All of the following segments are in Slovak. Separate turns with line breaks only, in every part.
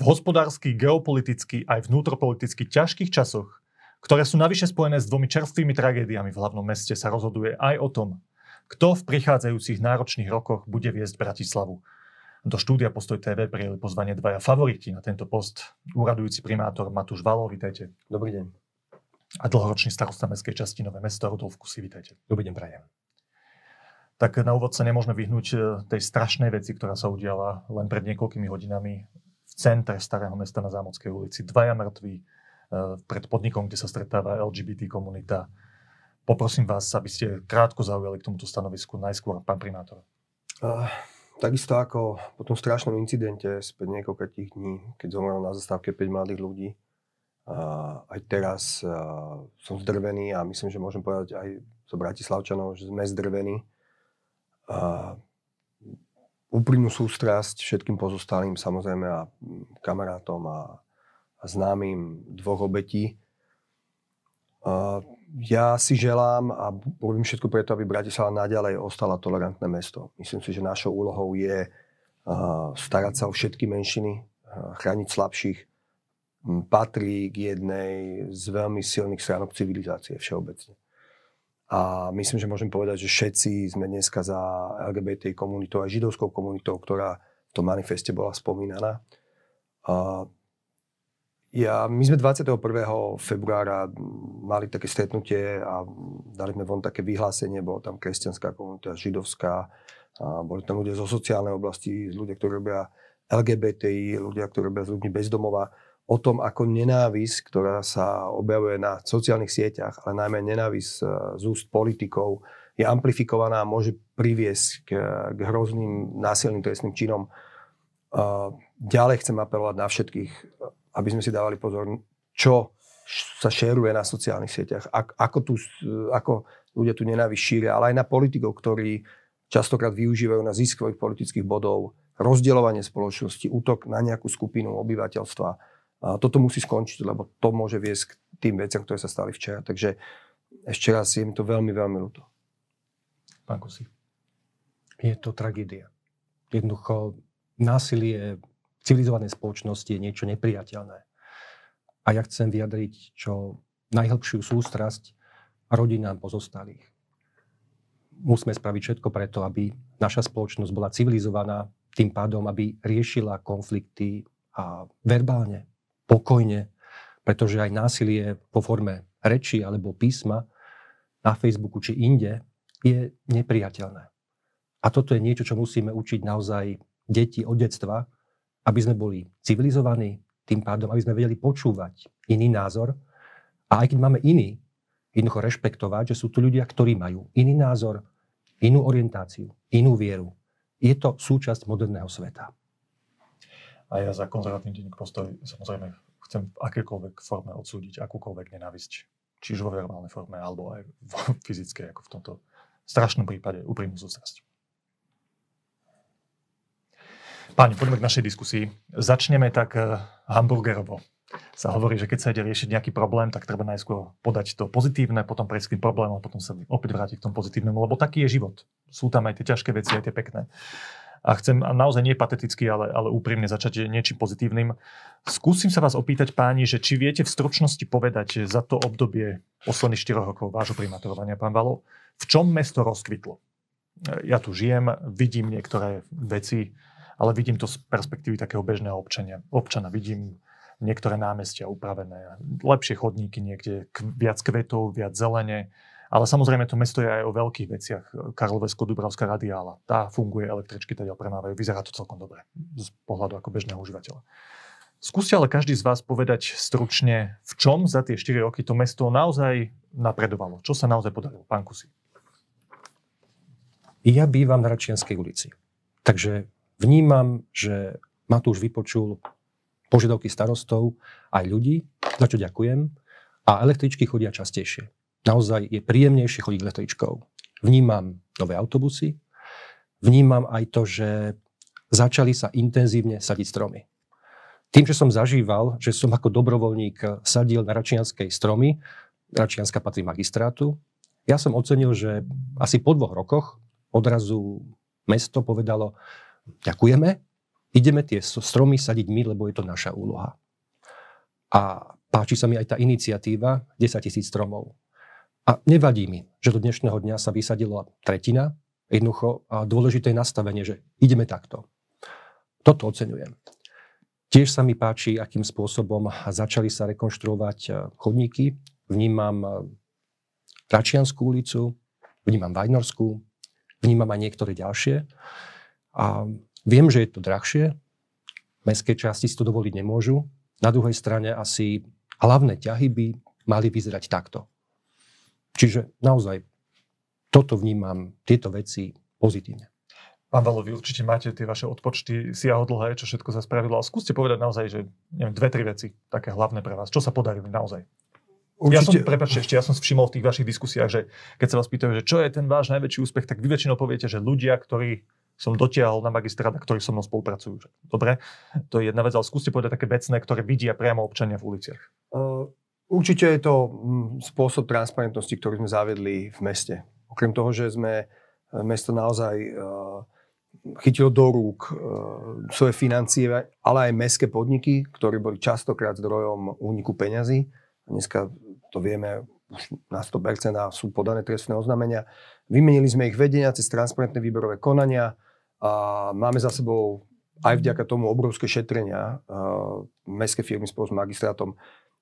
hospodársky, geopoliticky aj vnútropoliticky ťažkých časoch, ktoré sú navyše spojené s dvomi čerstvými tragédiami v hlavnom meste, sa rozhoduje aj o tom, kto v prichádzajúcich náročných rokoch bude viesť Bratislavu. Do štúdia Postoj TV prijeli pozvanie dvaja favoriti na tento post. Úradujúci primátor Matúš Valo, vitajte.
Dobrý deň.
A dlhoročný starosta mestskej časti Nové Mesto Rudolf Kusy, vitajte.
Dobrý deň, prajem.
Tak na úvod sa nemôžeme vyhnúť tej strašnej veci, ktorá sa udiala len pred niekoľkými hodinami v centre Starého Mesta na Zámodskej ulici. Dvaja mŕtvi pred podnikom, kde sa stretáva LGBT komunita. Poprosím vás, aby ste krátko zaujali k tomuto stanovisku. Najskôr pán primátor.
Takisto ako po tom strašnom incidente späť niekoľkých dní, keď zomrelo na zastávke 5 mladých ľudí. Aj teraz som zdrvený a myslím, že môžem povedať aj zo Bratislavčanov, že sme zdrvení. Úprimnú sústrasť všetkým pozostalým, samozrejme, a kamarátom a známym dvoch obetí. Ja si želám a robím všetko preto, aby Bratislava naďalej ostala tolerantné mesto. Myslím si, že našou úlohou je starať sa o všetky menšiny, chrániť slabších. Patrí k jednej z veľmi silných stránok civilizácie všeobecne. A myslím, že môžem povedať, že všetci sme dneska za LGBT komunitou, aj židovskou komunitou, ktorá v tom manifeste bola spomínaná. My sme 21. februára mali také stretnutie a dali sme von také vyhlásenie, bola tam kresťanská komunita, židovská, boli tam ľudia zo sociálnej oblasti, ľudia, ktorí robia LGBTI, ľudia, ktorí robia s ľuďmi bez domova, o tom, ako nenávisť, ktorá sa objavuje na sociálnych sieťach, ale najmä nenávisť z úst politikov, je amplifikovaná a môže priviesť k hrozným násilným trestným činom. Ďalej chcem apelovať na všetkých, aby sme si dávali pozor, čo sa šeruje na sociálnych sieťach, ako ľudia tu nenávisť šíria, ale aj na politikov, ktorí častokrát využívajú na zisk svojich politických bodov, rozdeľovanie spoločnosti, útok na nejakú skupinu obyvateľstva. A toto musí skončiť, lebo to môže viesť k tým veciam, ktoré sa stali včera. Takže ešte raz je mi to veľmi, veľmi ľúto.
Pán Kusy.
Je to tragédia. Jednoducho násilie v civilizovanej spoločnosti je niečo nepriateľné. A ja chcem vyjadriť čo najhlbšiu sústrasť rodinám pozostalých. Musíme spraviť všetko preto, aby naša spoločnosť bola civilizovaná, tým pádom, aby riešila konflikty a verbálne, pokojne, pretože aj násilie vo forme reči alebo písma na Facebooku či inde je nepriateľné. A toto je niečo, čo musíme učiť naozaj deti od detstva, aby sme boli civilizovaní, tým pádom, aby sme vedeli počúvať iný názor a aj keď máme iný, jednoducho rešpektovať, že sú tu ľudia, ktorí majú iný názor, inú orientáciu, inú vieru. Je to súčasť moderného sveta.
A ja za konzervatívny denník Postoj samozrejme chcem v akékoľvek forme odsúdiť akúkoľvek nenávisť. Či už vo verbálnej forme, alebo aj vo fyzickej, ako v tomto strašnom prípade úprimnú sústrasť. Páni, poďme k našej diskusii. Začneme tak hamburgerovo. Sa hovorí, že keď sa ide riešiť nejaký problém, tak treba najskôr podať to pozitívne, potom prejsť k tým problémom, potom sa opäť vrátiť k tomu pozitívnemu, lebo taký je život. Sú tam aj tie ťažké veci, aj tie pekné. A chcem naozaj nie pateticky, ale úprimne začať niečím pozitívnym. Skúsim sa vás opýtať, páni, že či viete v stručnosti povedať, že za to obdobie posledných 4 rokov vášho primátorovania, pán Valo, v čom mesto rozkvitlo? Ja tu žijem, vidím niektoré veci, ale vidím to z perspektívy takého bežného občana. Vidím niektoré námestia upravené, lepšie chodníky niekde, viac kvetov, viac zelene. Ale samozrejme to mesto je aj o veľkých veciach. Karlovésko-Dubravská radiála, tá funguje, električky teda premávajú, vyzerá to celkom dobre z pohľadu ako bežného užívateľa. Skúste ale každý z vás povedať stručne, v čom za tie 4 roky to mesto naozaj napredovalo. Čo sa naozaj podarilo? Pán Kusy.
Ja bývam na Račianskej ulici. Takže vnímam, že Matúš vypočul požiadavky starostov aj ľudí, za čo ďakujem. A električky chodia častejšie. Naozaj je príjemnejšie chodiť električkou. Vnímam nové autobusy, vnímam aj to, že začali sa intenzívne sadiť stromy. Tým, že som zažíval, že som ako dobrovoľník sadil na Račianskej stromy, Račianska patrí magistrátu, ja som ocenil, že asi po 2 rokoch odrazu mesto povedalo, ďakujeme, ideme tie stromy sadiť my, lebo je to naša úloha. A páči sa mi aj tá iniciatíva 10 000 stromov. A nevadí mi, že do dnešného dňa sa vysadila tretina. Jednoducho a dôležité je nastavenie, že ideme takto. Toto oceňujem. Tiež sa mi páči, akým spôsobom začali sa rekonštruovať chodníky. Vnímam Račianskú ulicu, vnímam Vajnorskú, vnímam aj niektoré ďalšie. A viem, že je to drahšie. Mestské časti si to dovoliť nemôžu. Na druhej strane asi hlavné ťahy by mali vyzerať takto. Čiže naozaj toto vnímam, tieto veci pozitívne.
Pán Valo, vy určite máte tie vaše odpočty siahodlhé, čo všetko sa spravilo. Ale skúste povedať naozaj, že neviem, 2-3 veci také hlavné pre vás. Čo sa podarilo naozaj? Určite. Ja som si všimol v tých vašich diskusiách, že keď sa vás pýtajú, že čo je ten váš najväčší úspech, tak vy väčšinou poviete, že ľudia, ktorí som dotiahol na magistrát a ktorí so mnou spolupracujú. Dobre, to je jedna vec, ale skúste povedať také vecné, ktoré vidia priamo občania v uliciach.
Určite je to spôsob transparentnosti, ktorý sme zaviedli v meste. Okrem toho, že sme mesto naozaj chytilo do rúk svoje financie, ale aj mestské podniky, ktoré boli častokrát zdrojom úniku peňazí. Dneska to vieme už na 100% a sú podané trestné oznámenia. Vymenili sme ich vedenia cez transparentné výberové konania a máme za sebou aj vďaka tomu obrovské šetrenia. Mestské firmy spolu s magistrátom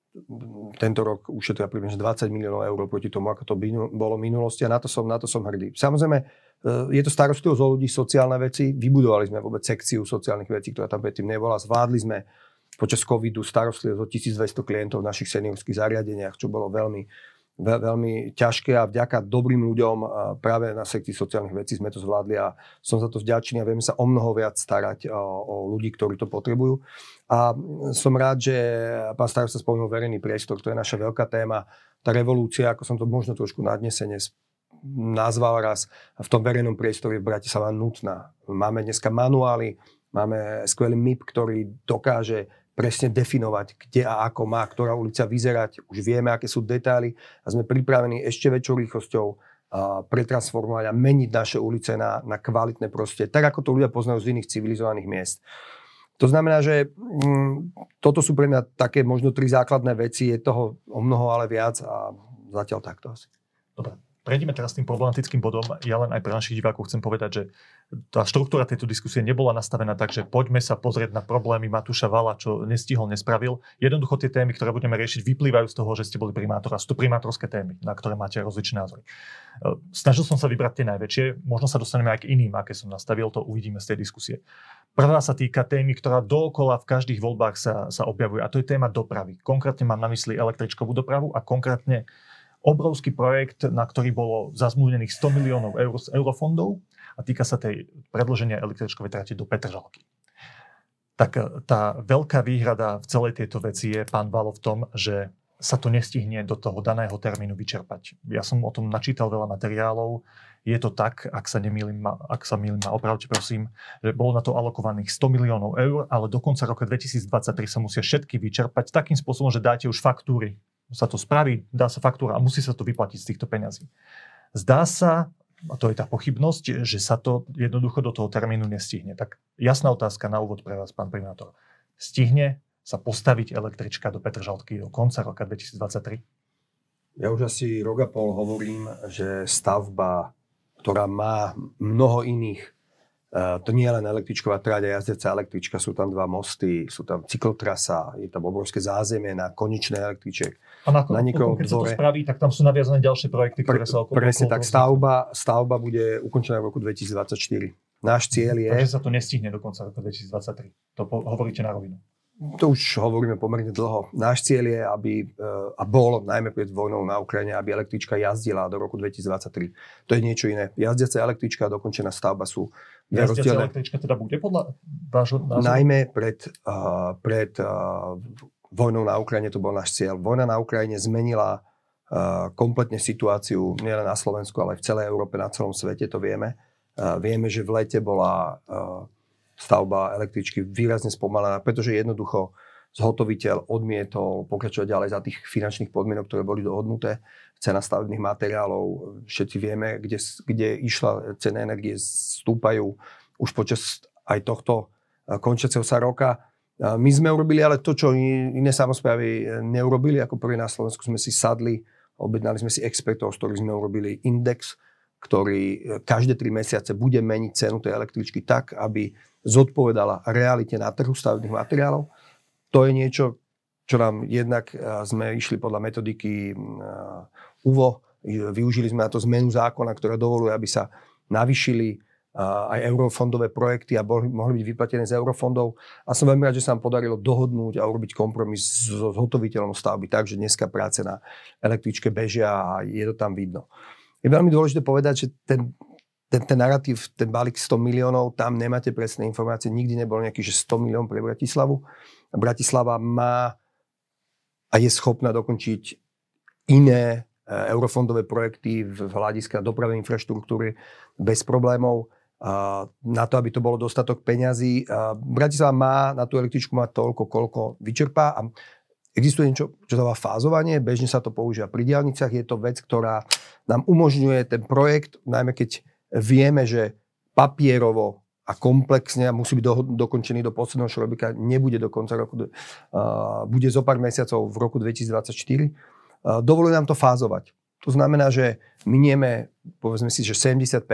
tento rok ušetria približne 20 miliónov eur proti tomu, ako to bolo v minulosti a na to som hrdý. Samozrejme, je to starostlivosť o ľudí, sociálne veci. Vybudovali sme vôbec sekciu sociálnych vecí, ktorá tam predtým nebola. Zvládli sme počas covidu starostlivosť o 1200 klientov v našich seniorských zariadeniach, čo bolo veľmi ťažké a vďaka dobrým ľuďom práve na sekcii sociálnych vecí sme to zvládli a som za to vďačný a vieme sa o mnoho viac starať o ľudí, ktorí to potrebujú. A som rád, že pán starosta spomenul verejný priestor, to je naša veľká téma. Tá revolúcia, ako som to možno trošku nadnesene nazval raz, v tom verejnom priestore v Bratislave nutná. Máme dneska manuály, máme skvelý MIP, ktorý dokáže presne definovať, kde a ako má ktorá ulica vyzerať. Už vieme, aké sú detaily a sme pripravení ešte väčšou rýchlosťou pretransformovať a meniť naše ulice na kvalitné prostredie, tak ako to ľudia poznajú z iných civilizovaných miest. To znamená, že toto sú pre mňa také možno 3 základné veci, je toho o mnoho ale viac a zatiaľ takto asi.
Dobre. Prejdeme teraz tým problematickým bodom. Ja len aj pre našich divákov chcem povedať, že tá štruktúra tejto diskusie nebola nastavená tak, že poďme sa pozrieť na problémy Matúša Valla, čo nestihol, nespravil. Jednoducho tie témy, ktoré budeme riešiť, vyplývajú z toho, že ste boli primátor a sú to primátorské témy, na ktoré máte rozličné názory. Snažil som sa vybrať tie najväčšie, možno sa dostaneme aj k iným, aké som nastavil, to uvidíme z tej diskusie. Prvá sa týka témy, ktorá dookola v každých voľbách sa objavuje, a to je téma dopravy. Konkrétne mám na mysli električkovú dopravu a konkrétne obrovský projekt, na ktorý bolo zazmluvnených 100 miliónov eur z eurofondov a týka sa tej predĺženia električkovej trate do Petržalky. Tak tá veľká výhrada v celej tejto veci je, pán Valo, v tom, že sa to nestihne do toho daného termínu vyčerpať. Ja som o tom načítal veľa materiálov. Je to tak, ak sa mýlim, ma opravte prosím, že bolo na to alokovaných 100 miliónov eur, ale do konca roka 2023 sa musia všetky vyčerpať takým spôsobom, že dáte už faktúry. Sa to spraví, dá sa faktúra a musí sa to vyplatiť z týchto peňazí. Zdá sa, a to je tá pochybnosť, že sa to jednoducho do toho termínu nestihne. Tak jasná otázka na úvod pre vás, pán primátor. Stihne sa postaviť električka do Petržalky do konca roka 2023?
Ja už asi rok a pol hovorím, že stavba, ktorá má mnoho iných, to nie je len električková trať a jazdeca električka, sú tam 2 mosty, sú tam cyklotrasa, je tam obrovské zázemie na koničné električek.
A keď sa to spraví, tak tam sú naviazané ďalšie projekty, ktoré sa okolo...
Presne tak, stavba bude ukončená v roku 2024. Náš cieľ je...
Takže sa to nestihne do konca roku 2023. To hovoríte na rovinu.
To už hovoríme pomerne dlho. Náš cieľ je, aby, a bol najmä pred vojnou na Ukrajine, aby električka jazdila do roku 2023. To je niečo iné. Jazdiaca električka a dokončená stavba sú
rozdielne. Jazdiaca električka teda bude podľa vášho názoru?
Najmä pred vojnou na Ukrajine to bol náš cieľ. Vojna na Ukrajine zmenila kompletne situáciu nielen na Slovensku, ale aj v celej Európe, na celom svete, to vieme. Vieme, že v lete bola stavba električky výrazne spomalená, pretože jednoducho zhotoviteľ odmietol pokračovať ďalej za tých finančných podmienok, ktoré boli dohodnuté. Cena stavebných materiálov, všetci vieme, kde išla cena energie, stúpajú. Už počas aj tohto končiaceho sa roka. My sme urobili ale to, čo iné samosprávy neurobili. Ako prvý na Slovensku sme si sadli, objednali sme si expertov, z ktorých sme urobili index, ktorý každé 3 mesiace bude meniť cenu tej električky tak, aby zodpovedala realite na trhu stavebných materiálov. To je niečo, čo nám jednak sme išli podľa metodiky UVO, využili sme na to zmenu zákona, ktorá dovoluje, aby sa navýšili aj eurofondové projekty a mohli byť vyplatené z eurofondov. A som veľmi rád, že sa nám podarilo dohodnúť a urobiť kompromis s hotoviteľom stavby, takže dneska práce na električke bežia a je to tam vidno. Je veľmi dôležité povedať, že ten narratív, ten balík 100 miliónov, tam nemáte presné informácie, nikdy nebol nejaký, že 100 miliónov pre Bratislavu. Bratislava má a je schopná dokončiť iné eurofondové projekty v hľadiska dopravnej infraštruktúry bez problémov. Na to, aby to bolo dostatok peňazí. Bratislava má na tú električku má toľko, koľko vyčerpá. A existuje niečo, čo sa volá fázovanie. Bežne sa to používa pri diaľniciach. Je to vec, ktorá nám umožňuje ten projekt, najmä keď vieme, že papierovo a komplexne musí byť dokončený do posledného šrobika, nebude do konca roku, bude zo pár mesiacov v roku 2024. Dovoluje nám to fázovať. To znamená, že minieme, povedzme si, že 70%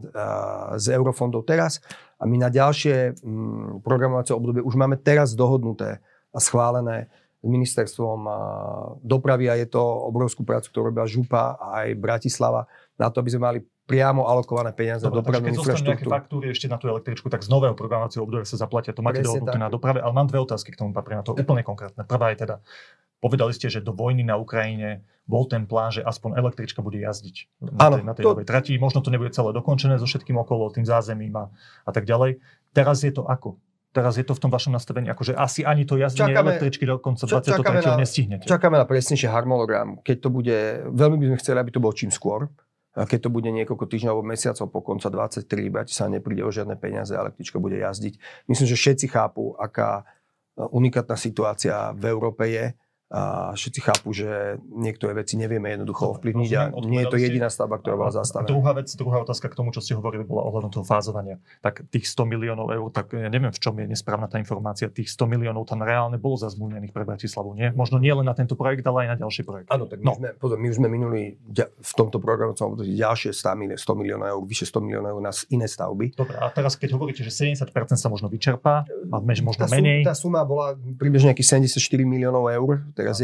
z eurofondov teraz a my na ďalšie programovacie obdobie už máme teraz dohodnuté a schválené s ministerstvom dopravy a je to obrovskú prácu, ktorú robila Župa a aj Bratislava na to, aby sme mali priamo alokované peniaze na dopravnú infraštruktúru.
Keď zostanú nejaké faktúry ešte na tú električku, tak z nového programovacieho obdobia sa zaplatia. To máte dohodnuté na doprave, ale mám 2 otázky k tomu, patria na to úplne konkrétne. Prvá je teda, povedali ste, že do vojny na Ukrajine bol ten plán, že aspoň električka bude jazdiť na tej novej trati. Možno to nebude celé dokončené so všetkým okolo, tým zázemím a tak ďalej. Teraz je to ako? Teraz je to v tom vašom nastavení, akože asi ani to jazdenie električky do konca 23. nestihnete.
Čakáme na presnejší harmonogram. Keď to bude, veľmi by sme chceli, aby to bolo čím skôr. A keď to bude niekoľko týždňov alebo mesiacov po konca 23, sa nepríde o žiadne peniaze, električka bude jazdiť. Myslím, že všetci chápu, aká unikátna situácia v Európe je. A všetci chápu, že niektoré veci nevieme jednoducho ovplyvniť a nie je to jediná stavba, ktorá bola zastavená.
Druhá otázka k tomu, čo ste hovorili, bola ohľadom toho fázovania. Tak tých 100 miliónov eur, tak ja neviem, v čom je nesprávna tá informácia. Tých 100 miliónov tam reálne bolo zazmluvnených pre Bratislavu, nie? Možno nie len na tento projekt, ale aj na ďalší projekt.
Áno, tak my už sme minuli v tomto programu ďalšie 100 miliónov eur, vyše 100 miliónov eur na iné stavby.
Dobre, a teraz keď hovoríte, že 70% sa možno vyčerpá, možno menej.
Tá suma bola približne nejakých 74 miliónov eur.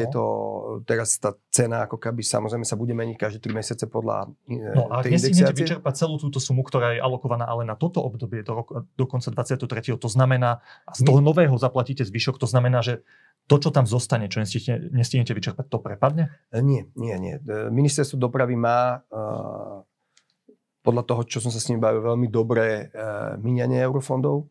Teraz tá cena ako keby samozrejme sa bude meniť každé 3 mesiace podľa
No a dnes si vyčerpať celú túto sumu, ktorá je alokovaná ale na toto obdobie do konca 23. To znamená, a z toho nového zaplatíte zvyšok, to znamená, že to, čo tam zostane, čo nestihnete vyčerpať, to prepadne? Nie. Ministerstvo dopravy má podľa toho, čo som sa s nimi bavil, veľmi dobré míňanie eurofondov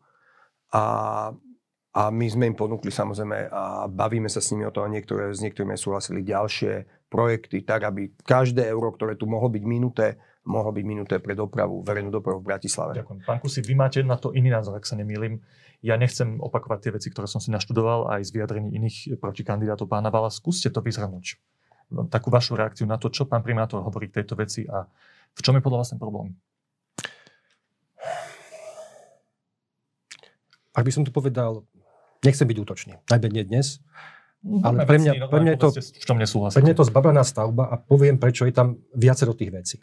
a my sme im ponúkli samozrejme a bavíme sa s nimi o tom, s niektorými súhlasili ďalšie projekty, tak aby každé euro, ktoré tu mohlo byť minuté pre dopravu, verejnú dopravu v Bratislave. Ďakujem. Pán Kusy, vy máte na to iný názor, ak sa nemýlim. Ja nechcem opakovať tie veci, ktoré som si naštudoval aj z vyjadrení iných protikandidátov pána Vala. Skúste to vyzhrnúť. Takú vašu reakciu na to, čo pán primátor hovorí k tejto veci a v čom je podľa vás ten problém?
Ak by som to povedal, nechcem byť útočný. Najmä nie dnes. Ale pre mňa je to, zbablaná stavba a poviem, prečo je tam viacero tých vecí.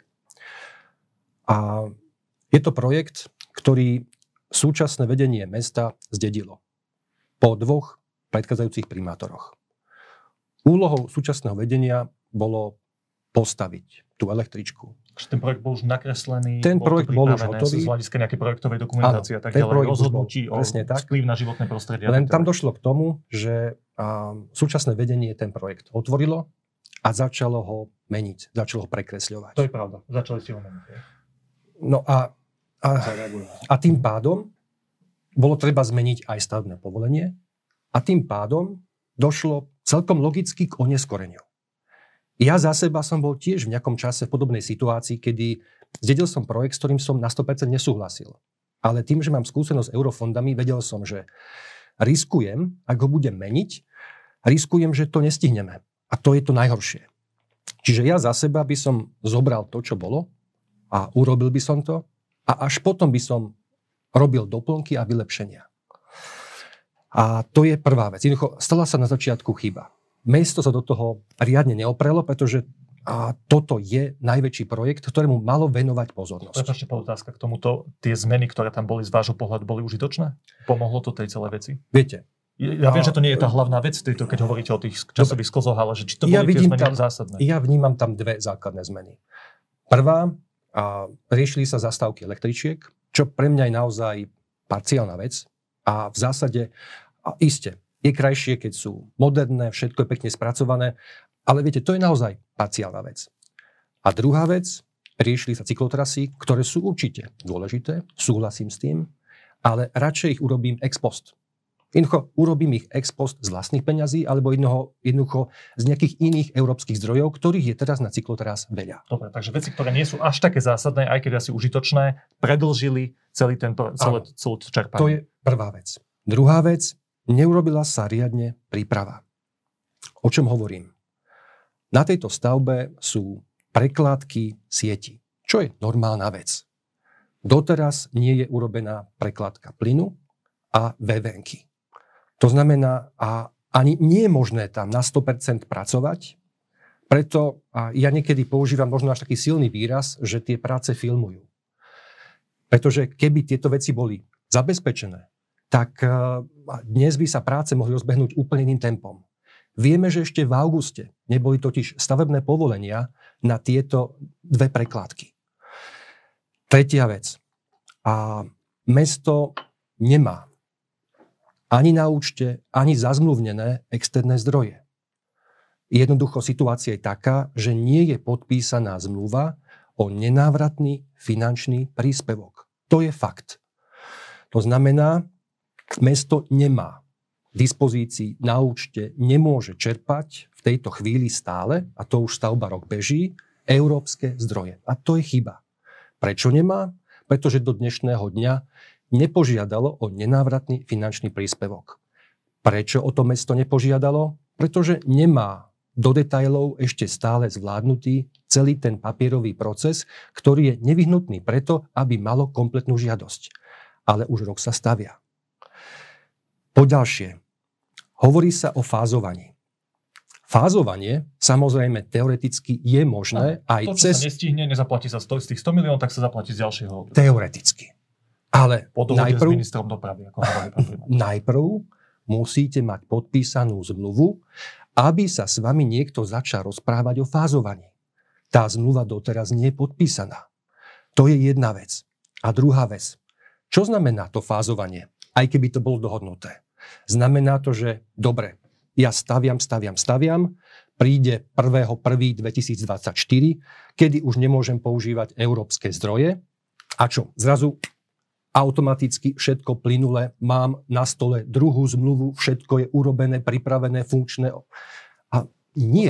A je to projekt, ktorý súčasné vedenie mesta zdedilo po 2 predchádzajúcich primátoroch. Úlohou súčasného vedenia bolo postaviť tú električku.
Ten projekt bol už nakreslený,
ten projekt bol už hotový.
Z hľadiska nejakej projektovej dokumentácie a tak ďalej, rozhodnutí o vplyv na životné prostredie.
Len tam došlo k tomu, že súčasné vedenie ten projekt otvorilo a začalo ho meniť, začalo ho prekresľovať.
To je pravda, začali ste ho meniť.
No a tým pádom bolo treba zmeniť aj stavebné povolenie a tým pádom došlo celkom logicky k oneskoreniu. Ja za seba som bol tiež v nejakom čase v podobnej situácii, kedy zdedil som projekt, s ktorým som na 100% nesúhlasil. Ale tým, že mám skúsenosť s eurofondami, vedel som, že riskujem, ak ho budem meniť, riskujem, že to nestihneme. A to je to najhoršie. Čiže ja za seba by som zobral to, čo bolo a urobil by som to a až potom by som robil doplnky a vylepšenia. A to je prvá vec. Jednoducho, stala sa na začiatku chyba. Mesto sa do toho riadne neoprelo, pretože toto je najväčší projekt, ktorému malo venovať pozornosť.
Prepáčte, otázka k tomuto. Tie zmeny, ktoré tam boli z vášho pohľadu, boli užitočné? Pomohlo to tej celej veci?
Viete.
Ja viem, že to nie je tá hlavná vec, keď hovoríte o tých časových sklzoch, ale že či to boli tie zmeny zásadné?
Ja vnímam tam dve základné zmeny. Prvá, riešili sa zastávky električiek, čo pre mňa je naozaj parciálna vec. A v zásade, iste, je krajšie, keď sú moderné, všetko je pekne spracované, ale viete, to je naozaj parciálna vec. A druhá vec, riešili sa cyklotrasy, ktoré sú určite dôležité, súhlasím s tým, ale radšej ich urobím ex post. Jednoducho urobím ich ex post z vlastných peňazí alebo jednoducho z nejakých iných európskych zdrojov, ktorých je teraz na cyklotras veľa.
Dobre, takže veci, ktoré nie sú až také zásadné, aj keď asi užitočné, predĺžili celé to čerpanie.
To je prvá vec. Druhá vec, neurobila sa riadne príprava. O čom hovorím? Na tejto stavbe sú prekládky sieti, čo je normálna vec. Doteraz nie je urobená prekladka plynu a VVNky. To znamená, ani nie je možné tam na 100% pracovať, preto ja niekedy používam možno až taký silný výraz, že tie práce filmujú. Pretože keby tieto veci boli zabezpečené, tak dnes by sa práce mohli rozbehnúť úplne iným tempom. Vieme, že ešte v auguste neboli totiž stavebné povolenia na tieto dve prekládky. Tretia vec. Mesto nemá ani na účte, ani zazmluvnené externé zdroje. Jednoducho situácia je taká, že nie je podpísaná zmluva o nenávratný finančný príspevok. To je fakt. To znamená, mesto nemá dispozícii na účte, nemôže čerpať v tejto chvíli stále, a to už stavba rok beží, európske zdroje. A to je chyba. Prečo nemá? Pretože do dnešného dňa nepožiadalo o nenávratný finančný príspevok. Prečo o to mesto nepožiadalo? Pretože nemá do detailov ešte stále zvládnutý celý ten papierový proces, ktorý je nevyhnutný preto, aby malo kompletnú žiadosť. Ale už rok sa stavia. Poďalšie, hovorí sa o fázovaní. Fázovanie, samozrejme, teoreticky je možné aj
to, čo sa nestihne, nezaplatí sa z tých 100 miliónov, tak sa zaplatí z ďalšieho.
Teoreticky. Ale
po dohode s ministrom dopravy.
Najprv musíte mať podpísanú zmluvu, aby sa s vami niekto začal rozprávať o fázovaní. Tá zmluva doteraz nie je podpísaná. To je jedna vec. A druhá vec. Čo znamená to fázovanie? Aj keby to bolo dohodnuté. Znamená to, že dobre, ja staviam, príde 1.1.2024, kedy už nemôžem používať európske zdroje. A čo? Zrazu automaticky všetko plynule, mám na stole druhú zmluvu, všetko je urobené, pripravené, funkčné. A nie.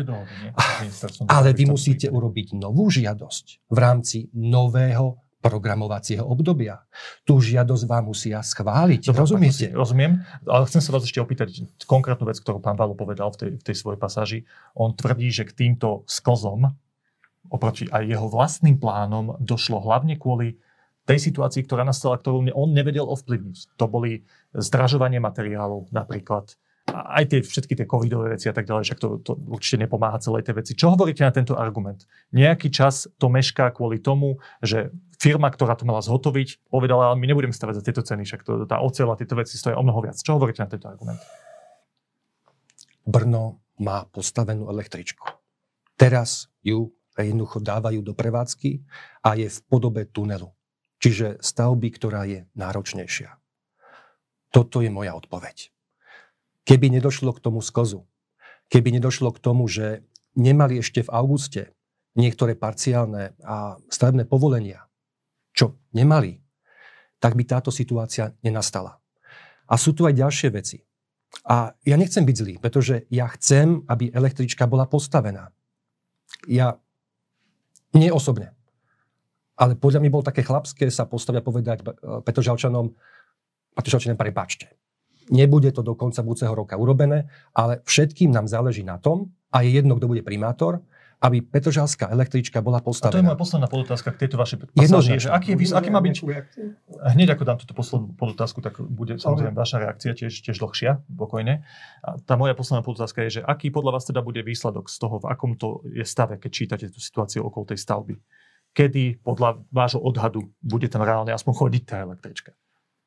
Ale vy musíte urobiť novú žiadosť v rámci nového programovacieho obdobia. Tú žiadosť vám musia schváliť.
Dobre,
rozumiete?
Rozumiem, ale chcem sa vás ešte opýtať konkrétnu vec, ktorú pán Valo povedal v tej svojej pasáži. On tvrdí, že k týmto sklzom oproti aj jeho vlastným plánom došlo hlavne kvôli tej situácii, ktorá nastala, ktorú on nevedel ovplyvniť. To boli zdražovanie materiálov napríklad. A aj všetky tie covidové veci a tak ďalej, však to určite nepomáha celej tej veci. Čo hovoríte na tento argument? Nejaký čas to mešká kvôli tomu, že firma, ktorá to mala zhotoviť, povedala, ale my nebudeme stavať za tieto ceny, však tá oceľ a tieto veci stojí o mnoho viac. Čo hovoríte na tento argument?
Brno má postavenú električku. Teraz ju jednoducho dávajú do prevádzky a je v podobe tunelu. Čiže stavby, ktorá je náročnejšia. Toto je moja odpoveď. Keby nedošlo k tomu sklzu, keby nedošlo k tomu, že nemali ešte v auguste niektoré parciálne a stavebné povolenia, čo nemali, tak by táto situácia nenastala. A sú tu aj ďalšie veci. A ja nechcem byť zlý, pretože ja chcem, aby električka bola postavená. Nie osobne. Ale podľa mňa bolo také chlapské sa postaviť a povedať Petržalčanom, prepáčte. Nebude to do konca budúceho roka urobené, ale všetkým nám záleží na tom, a je jedno, kto bude primátor, aby Petržalská električka bola postavená.
A to je moja posledná podotázka k tejto vašej pasáži. Aký má byť... Hneď ako dám túto poslednú podotázku, tak bude samozrejme vaša reakcia tiež dlhšia, pokojne. A tá moja posledná podotázka je, že aký podľa vás teda bude výsledok z toho, v akom to je stave, keď čítate tú situáciu okolo tej stavby? Kedy podľa vášho odhadu bude tam reálne aspoň chodiť tá električka?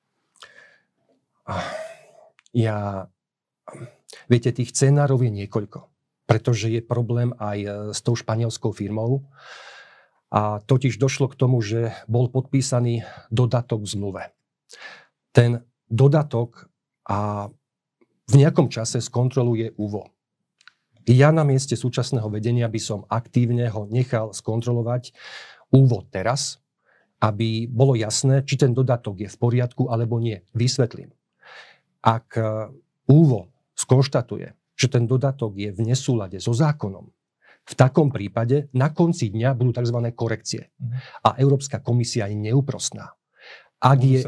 Viete, tých scenárov je niekoľko, pretože je problém aj s tou španielskou firmou. A totiž došlo k tomu, že bol podpísaný dodatok v zmluve. Ten dodatok a v nejakom čase skontroluje UVO. Ja na mieste súčasného vedenia by som aktívne ho nechal skontrolovať UVO teraz, aby bolo jasné, či ten dodatok je v poriadku alebo nie. Vysvetlím. Ak UVO skonštatuje, že ten dodatok je v nesúlade so zákonom, v takom prípade na konci dňa budú tzv. Korekcie. A Európska komisia je neúprosná. Ak je...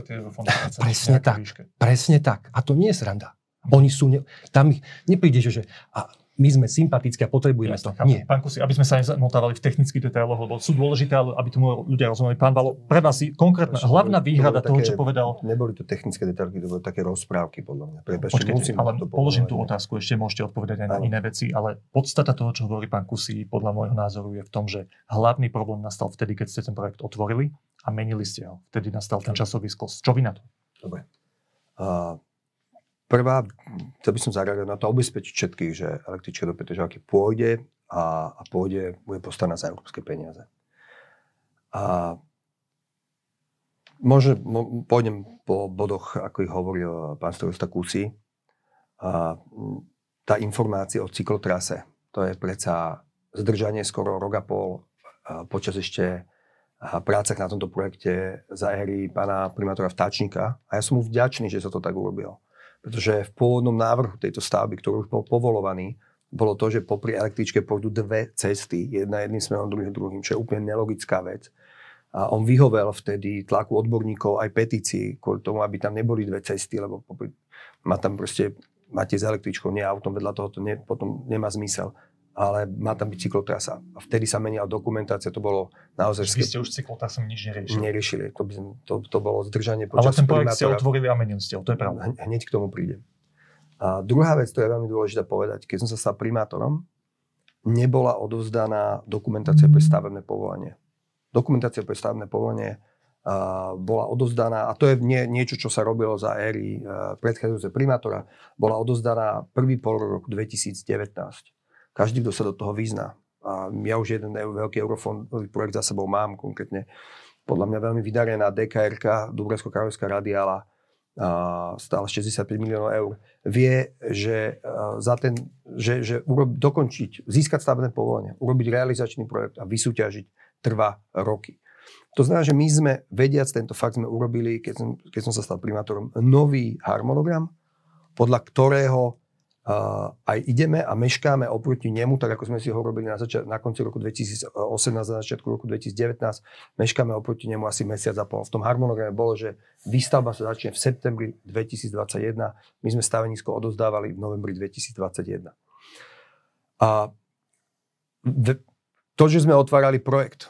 Presne tak. A to nie je sranda. Oni sú... Tam nepríde, že my sme sympatickí a potrebujeme to. Nie.
Pán Kusi, aby sme sa nezamotávali v technických detailoch, lebo sú dôležité, aby tomu ľudia rozumeli. Pán Valo, pre vás konkrétna hlavná výhrada toho, čo povedal...
Neboli to technické detaily, to boli také rozprávky, podľa mňa.
Počkajte, ale položím tú otázku, ešte môžete odpovedať aj na iné veci, ale podstata toho, čo hovorí pán Kusi, podľa môjho názoru je v tom, že hlavný problém nastal vtedy, keď ste ten projekt otvorili a menili ste ho. Vtedy nastal ten časový sklos. Čo vy na to?
Dobre. Prvá, chcel by som zareagovať na to, ubezpečiť všetkých, že električka do Petržalky pôjde a bude postavená za európske peniaze. A pôjdem po bodoch, ako ich hovoril pán starosta Kusi. Tá informácia o cyklotrase, to je predsa zdržanie skoro rok a pol počas ešte prácach na tomto projekte za éry pána primátora Vtáčnika. A ja som mu vďačný, že sa to tak urobil. Pretože v pôvodnom návrhu tejto stavby, ktorý už bol povolovaný, bolo to, že popri električke pôjdu dve cesty. Jedna jedným smerom, druhým, čo je úplne nelogická vec. A on vyhovel vtedy tlaku odborníkov aj petícií kvôli tomu, aby tam neboli dve cesty, lebo máte s električkou, nie autom, vedľa toho potom nemá zmysel. Ale má tam byť cyklotrasa. A vtedy sa menila dokumentácia, to bolo naozaj...
Vy ste už cyklotrasami nič neriešili.
Neriešili, to bolo zdržanie
Ale
počas
ten projekt ste otvorili a menili ste ho, to je pravda.
Hneď k tomu prídem. A druhá vec, to je veľmi dôležité povedať, keď som sa stal primátorom, nebola odovzdaná dokumentácia pre stavebné povolenie. Dokumentácia pre stavebné povolenie bola odovzdaná, a to je niečo, čo sa robilo za éry predchádzajúceho primátora, bola odovzdaná prvý polrok 2019. Každý, kto sa do toho vyzná. A ja už jeden veľký eurofondový projekt za sebou mám, konkrétne podľa mňa veľmi vydarená DKR-ka, Dubravsko-Kráľovská radiála, stále 65 miliónov eur, vie, že dokončiť, získať stavebné povolenie, urobiť realizačný projekt a vysúťažiť trvá roky. To znamená, že my sme, vediac tento fakt, sme urobili, keď som sa stal primátorom, nový harmonogram, podľa ktorého aj ideme a meškáme oproti nemu, tak ako sme si ho robili na konci roku 2018 a začiatku roku 2019, meškáme oproti nemu asi mesiac a pol. V tom harmonograme bolo, že výstavba sa začne v septembri 2021, my sme stavenisko odozdávali v novembri 2021. A to, že sme otvárali projekt,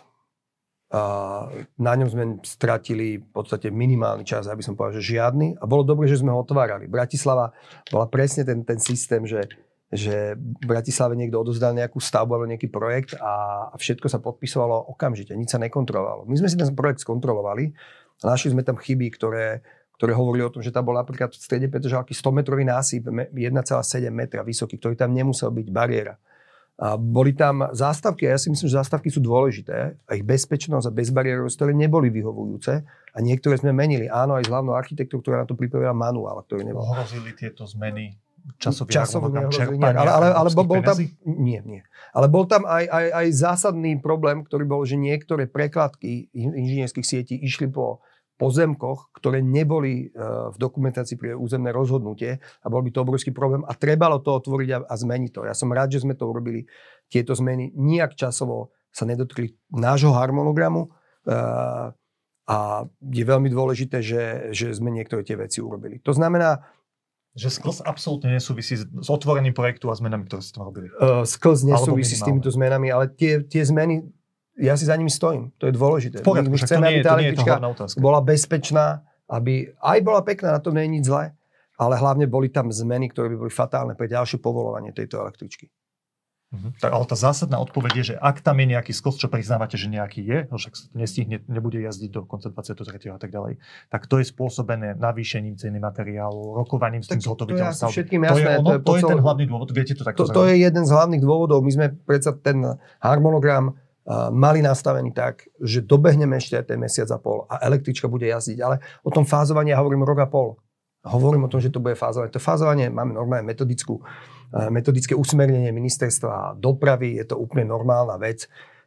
na ňom sme stratili v podstate minimálny čas, aby som povedal, že žiadny. A bolo dobre, že sme ho otvárali. Bratislava bola presne ten systém, že v Bratislave niekto odozdal nejakú stavbu alebo nejaký projekt a všetko sa podpisovalo okamžite. Nič sa nekontrolovalo. My sme si ten projekt skontrolovali a našli sme tam chyby, ktoré hovorili o tom, že tam bol napríklad v strede Petržalky 100-metrový násyp, 1,7 metra vysoký, ktorý tam nemusel byť bariéra. A boli tam zástavky, a ja si myslím, že zástavky sú dôležité, a ich bezpečnosť a bezbariérovosť, ktoré neboli vyhovujúce, a niektoré sme menili. Áno, aj s hlavnou architektúrou, ktorá na to pripravila manuál, ktorý nebol.
Ohrozili tieto zmeny časový
ale bol tam nie. Ale bol tam aj zásadný problém, ktorý bol, že niektoré prekladky inžinierských sietí išli po pozemkoch, ktoré neboli v dokumentácii pre územné rozhodnutie a bol by to obrovský problém a trebalo to otvoriť a zmeniť to. Ja som rád, že sme to urobili. Tieto zmeny nijak časovo sa nedotkli nášho harmonogramu a je veľmi dôležité, že sme niektoré tie veci urobili. To znamená,
že sklz absolútne nesúvisí s otvorením projektu a zmenami, ktoré ste tam robili.
Sklz nesúvisí s týmito zmenami, ale tie zmeny, ja si za nimi stojím. To je dôležité.
V poriadku,
my chceme, aby tá električka bola bezpečná aby aj bola pekná, na tom nie je nič zlé, ale hlavne boli tam zmeny, ktoré by boli fatálne pre ďalšie povoľovanie tejto električky.
Tak, ale tá zásadná odpoveď je, že ak tam je nejaký skos, čo priznávate, že nejaký je, však sa to nestihne, nebude jazdiť do konca 23. a tak ďalej, tak to je spôsobené navýšením ceny materiálu, rokovaním s tým zhotoviteľom stavby. To je ten hlavný dôvod, viete to takto
to je jeden z hlavných dôvodov. My sme predsa ten harmonogram mali nastavený tak, že dobehneme ešte ten mesiac a pol a električka bude jazdiť, ale o tom fázovaní ja hovorím rok a pol. Hovorím o tom, že to bude fázovanie. To fázovanie máme normálne metodické usmernenie ministerstva dopravy, je to úplne normálna vec.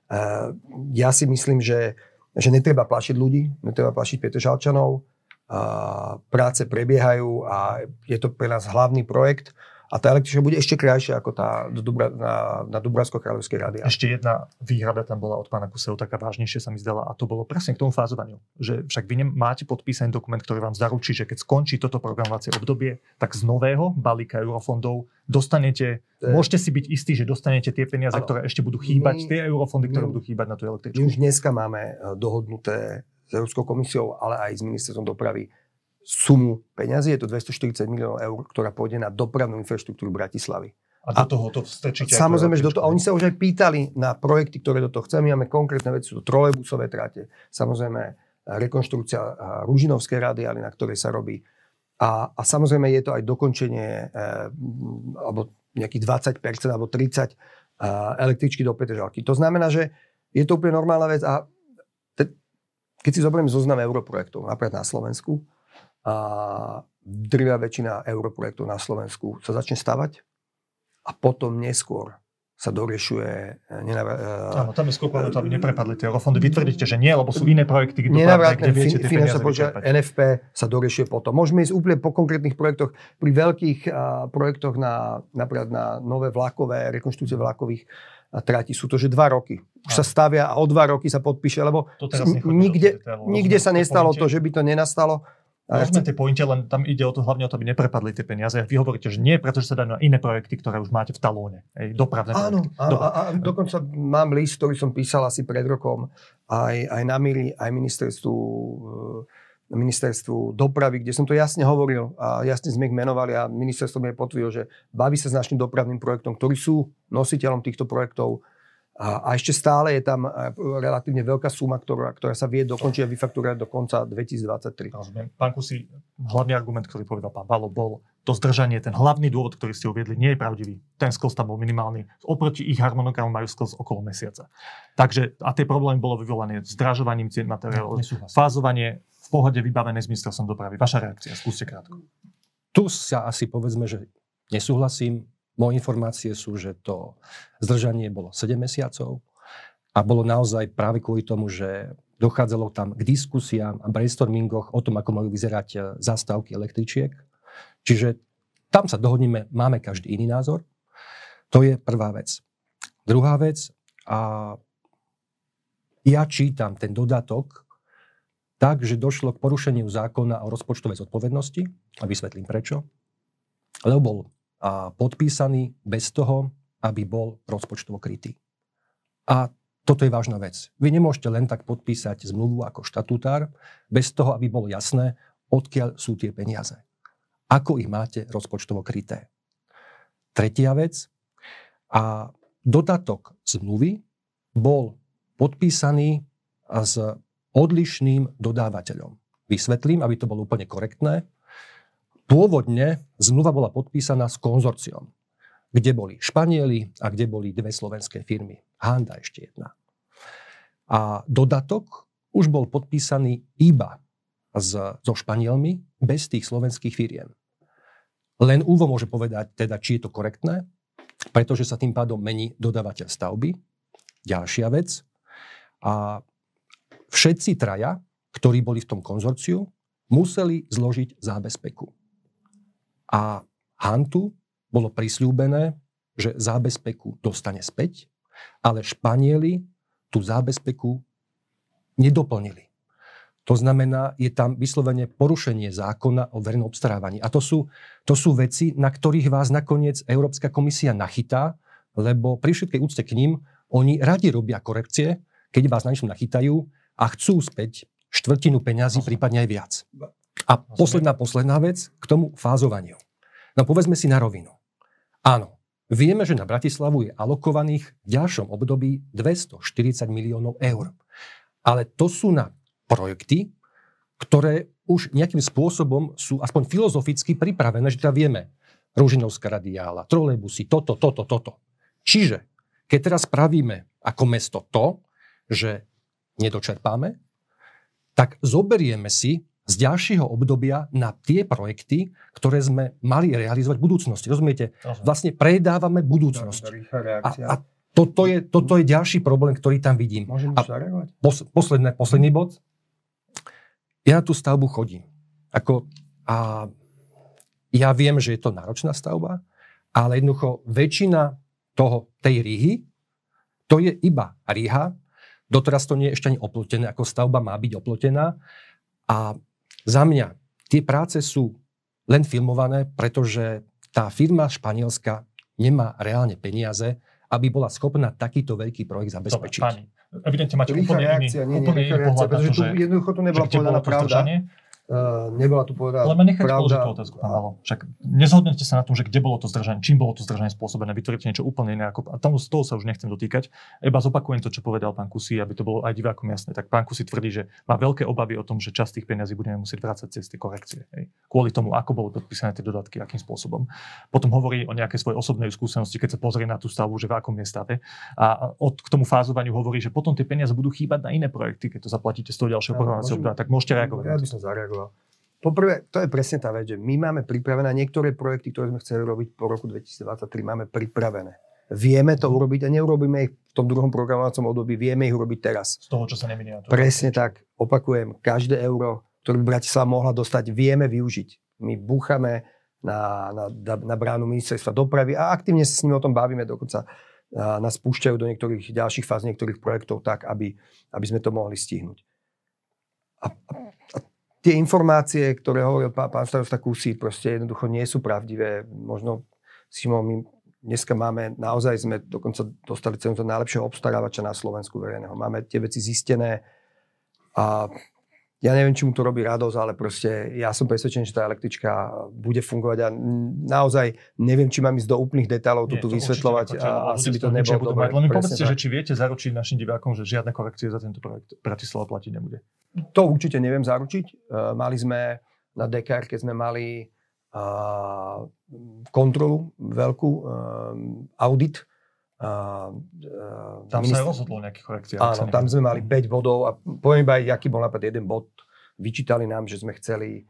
Ja si myslím, že netreba plašiť ľudí, netreba plašiť Petržalčanov. Práce prebiehajú a je to pre nás hlavný projekt. A tá električka bude ešte krajšia ako tá na Dubravsko-Kráľovskej rady.
Ešte jedna výhrada tam bola od pána Kuseho, taká vážnejšia sa mi zdala, a to bolo presne k tomu fázovaniu. Že však vy máte podpísaný dokument, ktorý vám zaručí, že keď skončí toto programovacie obdobie, tak z nového balíka eurofondov môžete si byť istí, že dostanete tie peniaze, ktoré ešte budú chýbať, tie eurofondy, ktoré budú chýbať na tú električku.
My už dneska máme dohodnuté s Európskou komisiou, ale aj s ministerstvom dopravy sumu peňazí, je to 240 miliónov eur, ktorá pôjde na dopravnú infraštruktúru Bratislavy.
A do toho to strčíte?
Samozrejme, že do toho. Oni sa už aj pýtali na projekty, ktoré do toho chceme. Máme konkrétne veci, sú to trolejbusové trate, samozrejme rekonštrukcia Ružinovskej radiály, na ktorej sa robí. A samozrejme je to aj dokončenie alebo nejakých 20% alebo 30% električky do Petržalky. To znamená, že je to úplne normálna vec a keď si zoberiem zoznam europrojektov, napríklad na Slovensku, a drvivá väčšina europrojektov na Slovensku sa začne stavať a potom neskôr sa doriešuje...
Áno, tam je skôr to, aby neprepadli tie eurofondy. Vy tvrdíte, že nie, lebo sú iné projekty, kde viete tie peniaze vyčerpať.
NFP sa doriešuje potom. Môžeme ísť úplne po konkrétnych projektoch. Pri veľkých projektoch napríklad na nové vlakové, rekonštrukcie vlakových trati sú to, že 2 roky. Už sa stavia a o 2 roky sa podpíše, lebo nikde sa nestalo to, že by to nenastalo.
Rozumiem tie pointe, len tam ide o to hlavne o to, aby neprepadli tie peniaze. Vy hovoríte, že nie, pretože sa dajú na iné projekty, ktoré už máte v talóne. Dopravné projekty.
Áno, a dokonca mám list, ktorý som písal asi pred rokom aj na Miri, aj ministerstvu dopravy, kde som to jasne hovoril a jasne sme ich menovali a ministerstvo mi potvrdilo, že baví sa s našim dopravným projektom, ktorí sú nositeľom týchto projektov. A ešte stále je tam relatívne veľká suma, ktorá sa vie dokončiť a vyfaktúrovať do konca 2023.
Rozumiem. Pán Kusi, hlavný argument, ktorý povedal pán Valo, bol to zdržanie. Ten hlavný dôvod, ktorý ste uviedli, nie je pravdivý. Ten sklz tam bol minimálny. Oproti ich harmonogramu majú sklz okolo mesiaca. Takže, a tie problémy bolo vyvolané zdražovaním cien materiálov. Fázovanie v pohode vybavené s ministerstvom dopravy. Vaša reakcia, skúste krátko.
Tu sa asi povedzme, že nesúhlasím. Moje informácie sú, že to zdržanie bolo 7 mesiacov a bolo naozaj práve kvôli tomu, že dochádzalo tam k diskusiám a brainstormingoch o tom, ako majú vyzerať zastávky električiek. Čiže tam sa dohodneme, máme každý iný názor. To je prvá vec. Druhá vec, a ja čítam ten dodatok tak, že došlo k porušeniu zákona o rozpočtovej zodpovednosti a vysvetlím prečo. Lebo bol podpísaný bez toho, aby bol rozpočtovo krytý. A toto je vážna vec. Vy nemôžete len tak podpísať zmluvu ako štatutár bez toho, aby bolo jasné, odkiaľ sú tie peniaze. Ako ich máte rozpočtovo kryté. Tretia vec. A dodatok zmluvy bol podpísaný s odlišným dodávateľom. Vysvetlím, aby to bolo úplne korektné. Pôvodne zmluva bola podpísaná s konzorciom, kde boli Španieli a kde boli 2 slovenské firmy. Handa ešte jedna. A dodatok už bol podpísaný iba so Španielmi, bez tých slovenských firiem. Len Úvo môže povedať, teda, či je to korektné, pretože sa tým pádom mení dodávateľ stavby. Ďalšia vec. A všetci traja, ktorí boli v tom konzorciu, museli zložiť zábezpeku. A Hantu bolo prisľúbené, že zábezpeku dostane späť, ale Španieli tú zábezpeku nedoplnili. To znamená, je tam vyslovene porušenie zákona o verejnom obstarávaní. A to sú veci, na ktorých vás nakoniec Európska komisia nachytá, lebo pri všetkej úcte k ním, oni radi robia korekcie, keď vás na niečom nachytajú a chcú späť štvrtinu peňazí, prípadne aj viac. A posledná vec k tomu fázovaniu. No povedzme si na rovinu. Áno, vieme, že na Bratislavu je alokovaných v ďalšom období 240 miliónov eur. Ale to sú na projekty, ktoré už nejakým spôsobom sú aspoň filozoficky pripravené, že teda vieme, Ružinovská radiála, trolejbusy, toto. Čiže, keď teraz spravíme ako mesto to, že nedočerpáme, tak zoberieme si z ďalšieho obdobia na tie projekty, ktoré sme mali realizovať v budúcnosti. Rozumiete? Vlastne predávame budúcnosť. A toto je ďalší problém, ktorý tam vidím.
Môžem už zareagovať?
Posledný bod. Ja na tú stavbu chodím. A ja viem, že je to náročná stavba, ale jednoducho väčšina tej Rihy, to je iba Riha. Doteraz to nie je ešte ani oplotené, ako stavba má byť oplotená. A za mňa tie práce sú len filmované, pretože tá firma španielska nemá reálne peniaze, aby bola schopná takýto veľký projekt zabezpečiť.
Dobre, pani, evidentne máte úplne iný pohľad na to, že
jednoducho tu nebola povedaná pravda. Nebola tu povedaná
pravda. Ale ma nechajte položiť tú otázku, pán Valo. Však nezhodnete sa na tom, že kde bolo to zdržanie, čím bolo to zdržanie spôsobené, vytvoríte niečo úplne iné. A z toho sa už nechcem dotýkať. Iba zopakujem to, čo povedal pán Kusy, aby to bolo aj divákom jasné. Tak pán Kusy tvrdí, že má veľké obavy o tom, že časť tých peniazí budeme musieť vrácať cez tie korekcie. Hej. Kvôli tomu, ako bolo podpísané tie dodatky, akým spôsobom. Potom hovorí o nejakej svojej osobnej skúsenosti, keď sa pozrie na tú stavbu, že v akom je stave. A k tomu fázovaniu hovorí, že potom tie peniaze budú chýbať na iné projekty, keď to zaplatíte z toho ďalšieho programovacieho obdobia. Tak môžete reagovať.
Ja by som zareagoval. Poprvé, to je presne tá vec, že my máme pripravené niektoré projekty, ktoré sme chceli robiť po roku 2023, máme pripravené. Vieme to urobiť a neurobíme ich v tom druhom programovacom období, vieme ich urobiť teraz.
Z toho, čo sa neminie.
Presne tak, opakujem, každé euro, ktoré by Bratislava mohla dostať, vieme využiť. My búchame na bránu ministerstva dopravy a aktívne sa s nimi o tom bavíme, dokonca nás púšťajú do niektorých ďalších fáz, niektorých projektov tak, aby sme to mohli stihnúť. A tie informácie, ktoré hovoril pán starosta Kusy, proste jednoducho nie sú pravdivé. Možno my dneska sme dokonca dostali cenu za najlepšieho obstarávača na Slovensku verejného. Máme tie veci zistené a ja neviem, či mu to robí radosť, ale proste ja som presvedčený, že tá električka bude fungovať a naozaj neviem, či mám ísť do úplných detailov tu vysvetľovať a asi by to nebolo dobré.
Len mi povedzte, že či viete zaručiť našim divákom, že žiadne korekcie za tento projekt Bratislava platiť nebude.
To určite neviem zaručiť. Mali sme na DKR, keď sme mali kontrolu, veľkú audit.
Tam sa aj rozhodlo o nejakých korekciách.
Áno, tam sme mali 5 bodov a poviem iba, aký bol napríklad jeden bod. Vyčítali nám, že sme chceli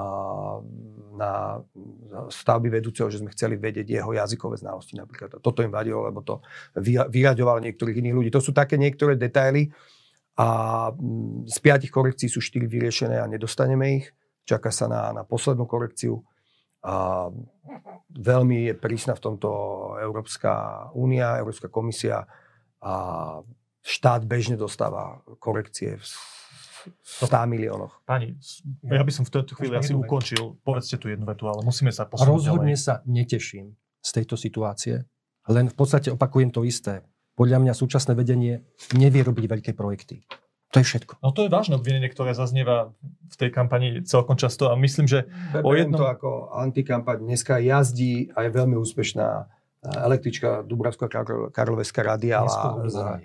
na stavby vedúceho, že sme chceli vedieť jeho jazykové znalosti napríklad. Toto im vadilo, lebo to vyraďovalo niektorých iných ľudí. To sú také niektoré detaily a z 5 korekcií sú 4 vyriešené a nedostaneme ich. Čaká sa na poslednú korekciu. A veľmi je prísna v tomto Európska únia, Európska komisia a štát bežne dostáva korekcie v 100 miliónoch.
Pani, ja by som v tejto chvíli asi ukončil. Povedzte tu jednu vetu, ale musíme sa posunúť
rozhodne
ďalej.
Sa neteším z tejto situácie, len v podstate opakujem to isté. Podľa mňa súčasné vedenie nevie robiť veľké projekty. To je všetko.
No to je vážne obvinenie, ktoré zaznieva v tej kampani celkom často a myslím, že
o jednom... to ako antikampaň dneska jazdí a je veľmi úspešná električka Dubravská Karlovská radiála.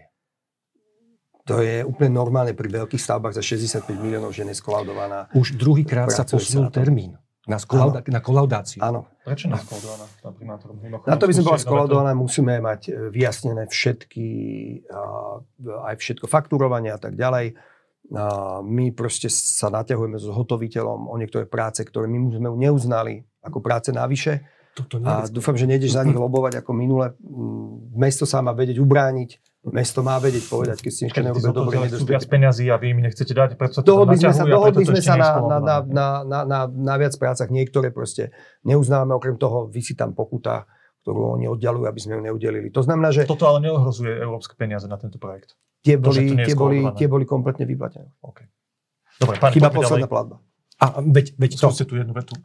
To je úplne normálne pri veľkých stavbách za 65 miliónov, že je neskolaudovaná.
Už druhýkrát sa posunul termín na kolaudáciu.
Áno.
Prečo neskolaudovaná pán primátor?
Na to by sme bola skolaudovaná, musíme mať vyjasnené všetky, aj všetko fakturovanie a tak ďalej. My proste sa naťahujeme s hotoviteľom o niektoré práce, ktoré my sme neuznali ako práce navyše. A dúfam, že nejdeš za nich lobovať ako minule. Mesto sa má vedieť ubrániť. Mesto má vedieť povedať, keď si niečo nerobia dobre.
Sú viac peňazí a vy im nechcete dať.
Dohodli sme sa na viac prácach. Niektoré proste neuznávame. Okrem toho visí tam pokuta, ktorú oni oddialujú, aby sme ju neudelili. To znamená, že...
Toto ale neohrozuje európske peniaze na tento projekt.
Tie boli kompletne vyplatené.
Okay. Dobre, pán,
chyba posledná platba.
A veď to...
Skúste tu jednu vetu.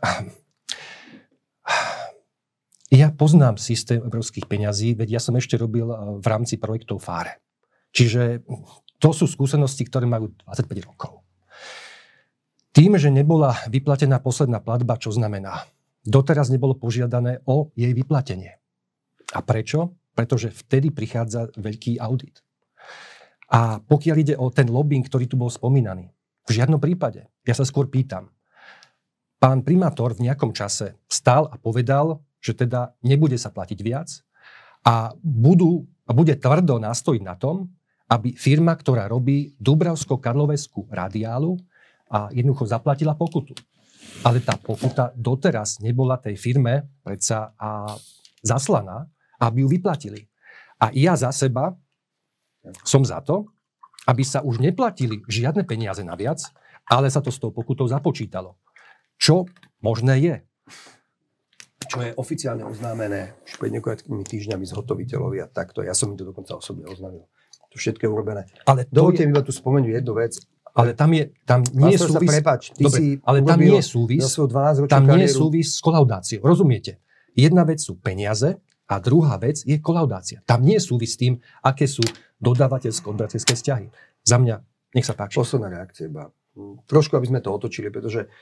Ja poznám systém európskych peňazí, veď ja som ešte robil v rámci projektov FARE. Čiže to sú skúsenosti, ktoré majú 25 rokov. Tým, že nebola vyplatená posledná platba, čo znamená? Doteraz nebolo požiadané o jej vyplatenie. A prečo? Pretože vtedy prichádza veľký audit. A pokiaľ ide o ten lobbying, ktorý tu bol spomínaný, v žiadnom prípade. Ja sa skôr pýtam. Pán primátor v nejakom čase stál a povedal, že teda nebude sa platiť viac a bude tvrdo nastojiť na tom, aby firma, ktorá robí Dubravsko-Karlovaskú radiálu, a jednoducho zaplatila pokutu. Ale tá pokuta doteraz nebola tej firme predsa zaslaná, aby ju vyplatili. A ja za seba som za to, aby sa už neplatili žiadne peniaze naviac, ale sa to s tou pokutou započítalo. Čo možné je.
Čo je oficiálne oznámené už pred niekoľkými týždňami zhotoviteľovi a takto. Ja som im to dokonca osobne oznámil. To všetko je urobené. Ale dovolte mi iba tu spomenúť jednu vec.
Ale tam nie je súvis. Tam nie je súvis s kolaudáciou. Rozumiete? Jedna vec sú peniaze a druhá vec je kolaudácia. Tam nie je súvis s tým, aké sú dodávateľsko-odberateľské vzťahy. Za mňa, nech sa páči.
Posledná reakcia iba. Trošku, aby sme to otočili, pretože